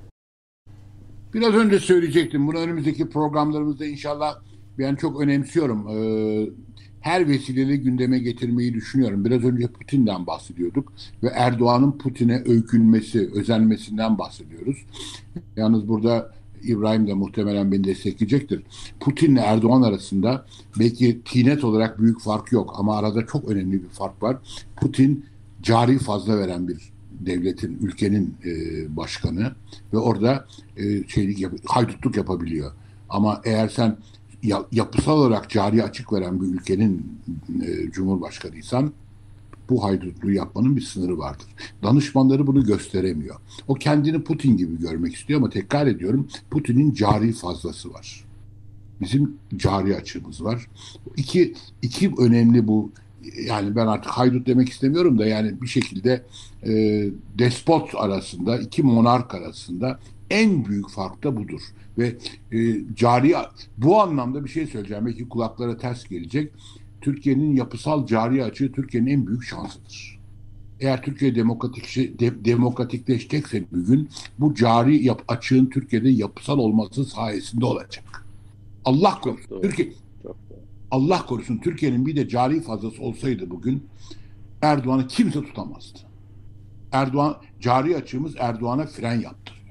Biraz önce söyleyecektim. Bunu önümüzdeki programlarımızda inşallah ben çok önemsiyorum. Her vesileyle gündeme getirmeyi düşünüyorum. Biraz önce Putin'den bahsediyorduk ve Erdoğan'ın Putin'e öykünmesi, özenmesinden bahsediyoruz. Yalnız burada İbrahim de muhtemelen beni destekleyecektir. Putin'le Erdoğan arasında belki tinet olarak büyük fark yok ama arada çok önemli bir fark var. Putin cari fazla veren bir devletin, ülkenin e, başkanı ve orada e, şeylik yap- haydutluk yapabiliyor. Ama eğer sen ya, yapısal olarak cari açık veren bir ülkenin e, cumhurbaşkanıysan bu haydutluğu yapmanın bir sınırı vardır. Danışmanları bunu gösteremiyor. O kendini Putin gibi görmek istiyor ama tekrar ediyorum Putin'in cari fazlası var. Bizim cari açığımız var. İki, iki önemli bu, yani ben artık haydut demek istemiyorum da yani bir şekilde e, despot arasında, iki monark arasında en büyük fark da budur. Ve e, cari, bu anlamda bir şey söyleyeceğim. Belki kulaklara ters gelecek. Türkiye'nin yapısal cari açığı Türkiye'nin en büyük şansıdır. Eğer Türkiye demokratik de, demokratikleşecekse bir gün bu cari yap, açığın Türkiye'de yapısal olması sayesinde olacak. Allah korusun. Türkiye Allah korusun Türkiye'nin bir de cari fazlası olsaydı bugün Erdoğan'ı kimse tutamazdı. Erdoğan, cari açığımız Erdoğan'a fren yaptırıyor.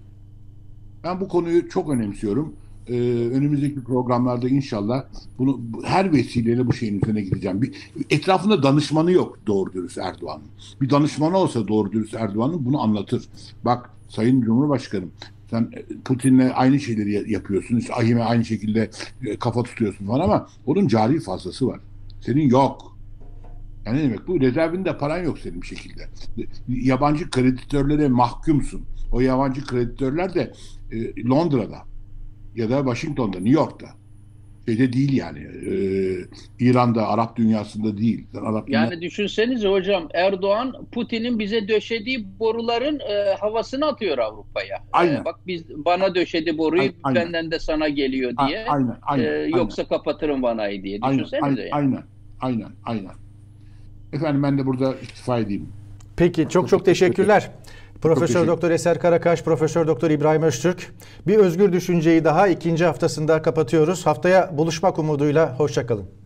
Ben bu konuyu çok önemsiyorum. Ee, önümüzdeki programlarda inşallah bunu her vesileyle bu şeyin üzerine gideceğim. Bir, etrafında danışmanı yok doğru dürüst Erdoğan'ın. Bir danışmanı olsa doğru dürüst Erdoğan'ın bunu anlatır. Bak Sayın Cumhurbaşkanım, sen Putin'le aynı şeyleri yapıyorsun. İşte ahime aynı şekilde kafa tutuyorsun falan ama onun cari fazlası var. Senin yok. Yani ne demek bu? Rezervinde paran yok senin bir şekilde. Yabancı kreditörlere mahkumsun. O yabancı kreditörler de e, Londra'da ya da Washington'da, New York'ta. Şeyde değil yani. İran'da, Arap dünyasında değil. Arap Yani dünya... düşünsenize hocam, Erdoğan Putin'in bize döşediği boruların e, havasını atıyor Avrupa'ya. Aynen. E, bak biz bana döşedi boruyu, aynen. benden de sana geliyor diye. Aynen, aynen, e, aynen. Yoksa kapatırım vanayı diye. Aynen, Düşünsenize aynen, yani. aynen, aynen, aynen. Efendim ben de burada istifa edeyim. Peki çok çok teşekkürler. Profesör teşekkür. Doktor Eser Karakaş, Profesör Doktor İbrahim Öztürk. Bir özgür düşünceyi daha ikinci haftasında kapatıyoruz. Haftaya buluşmak umuduyla hoşça kalın.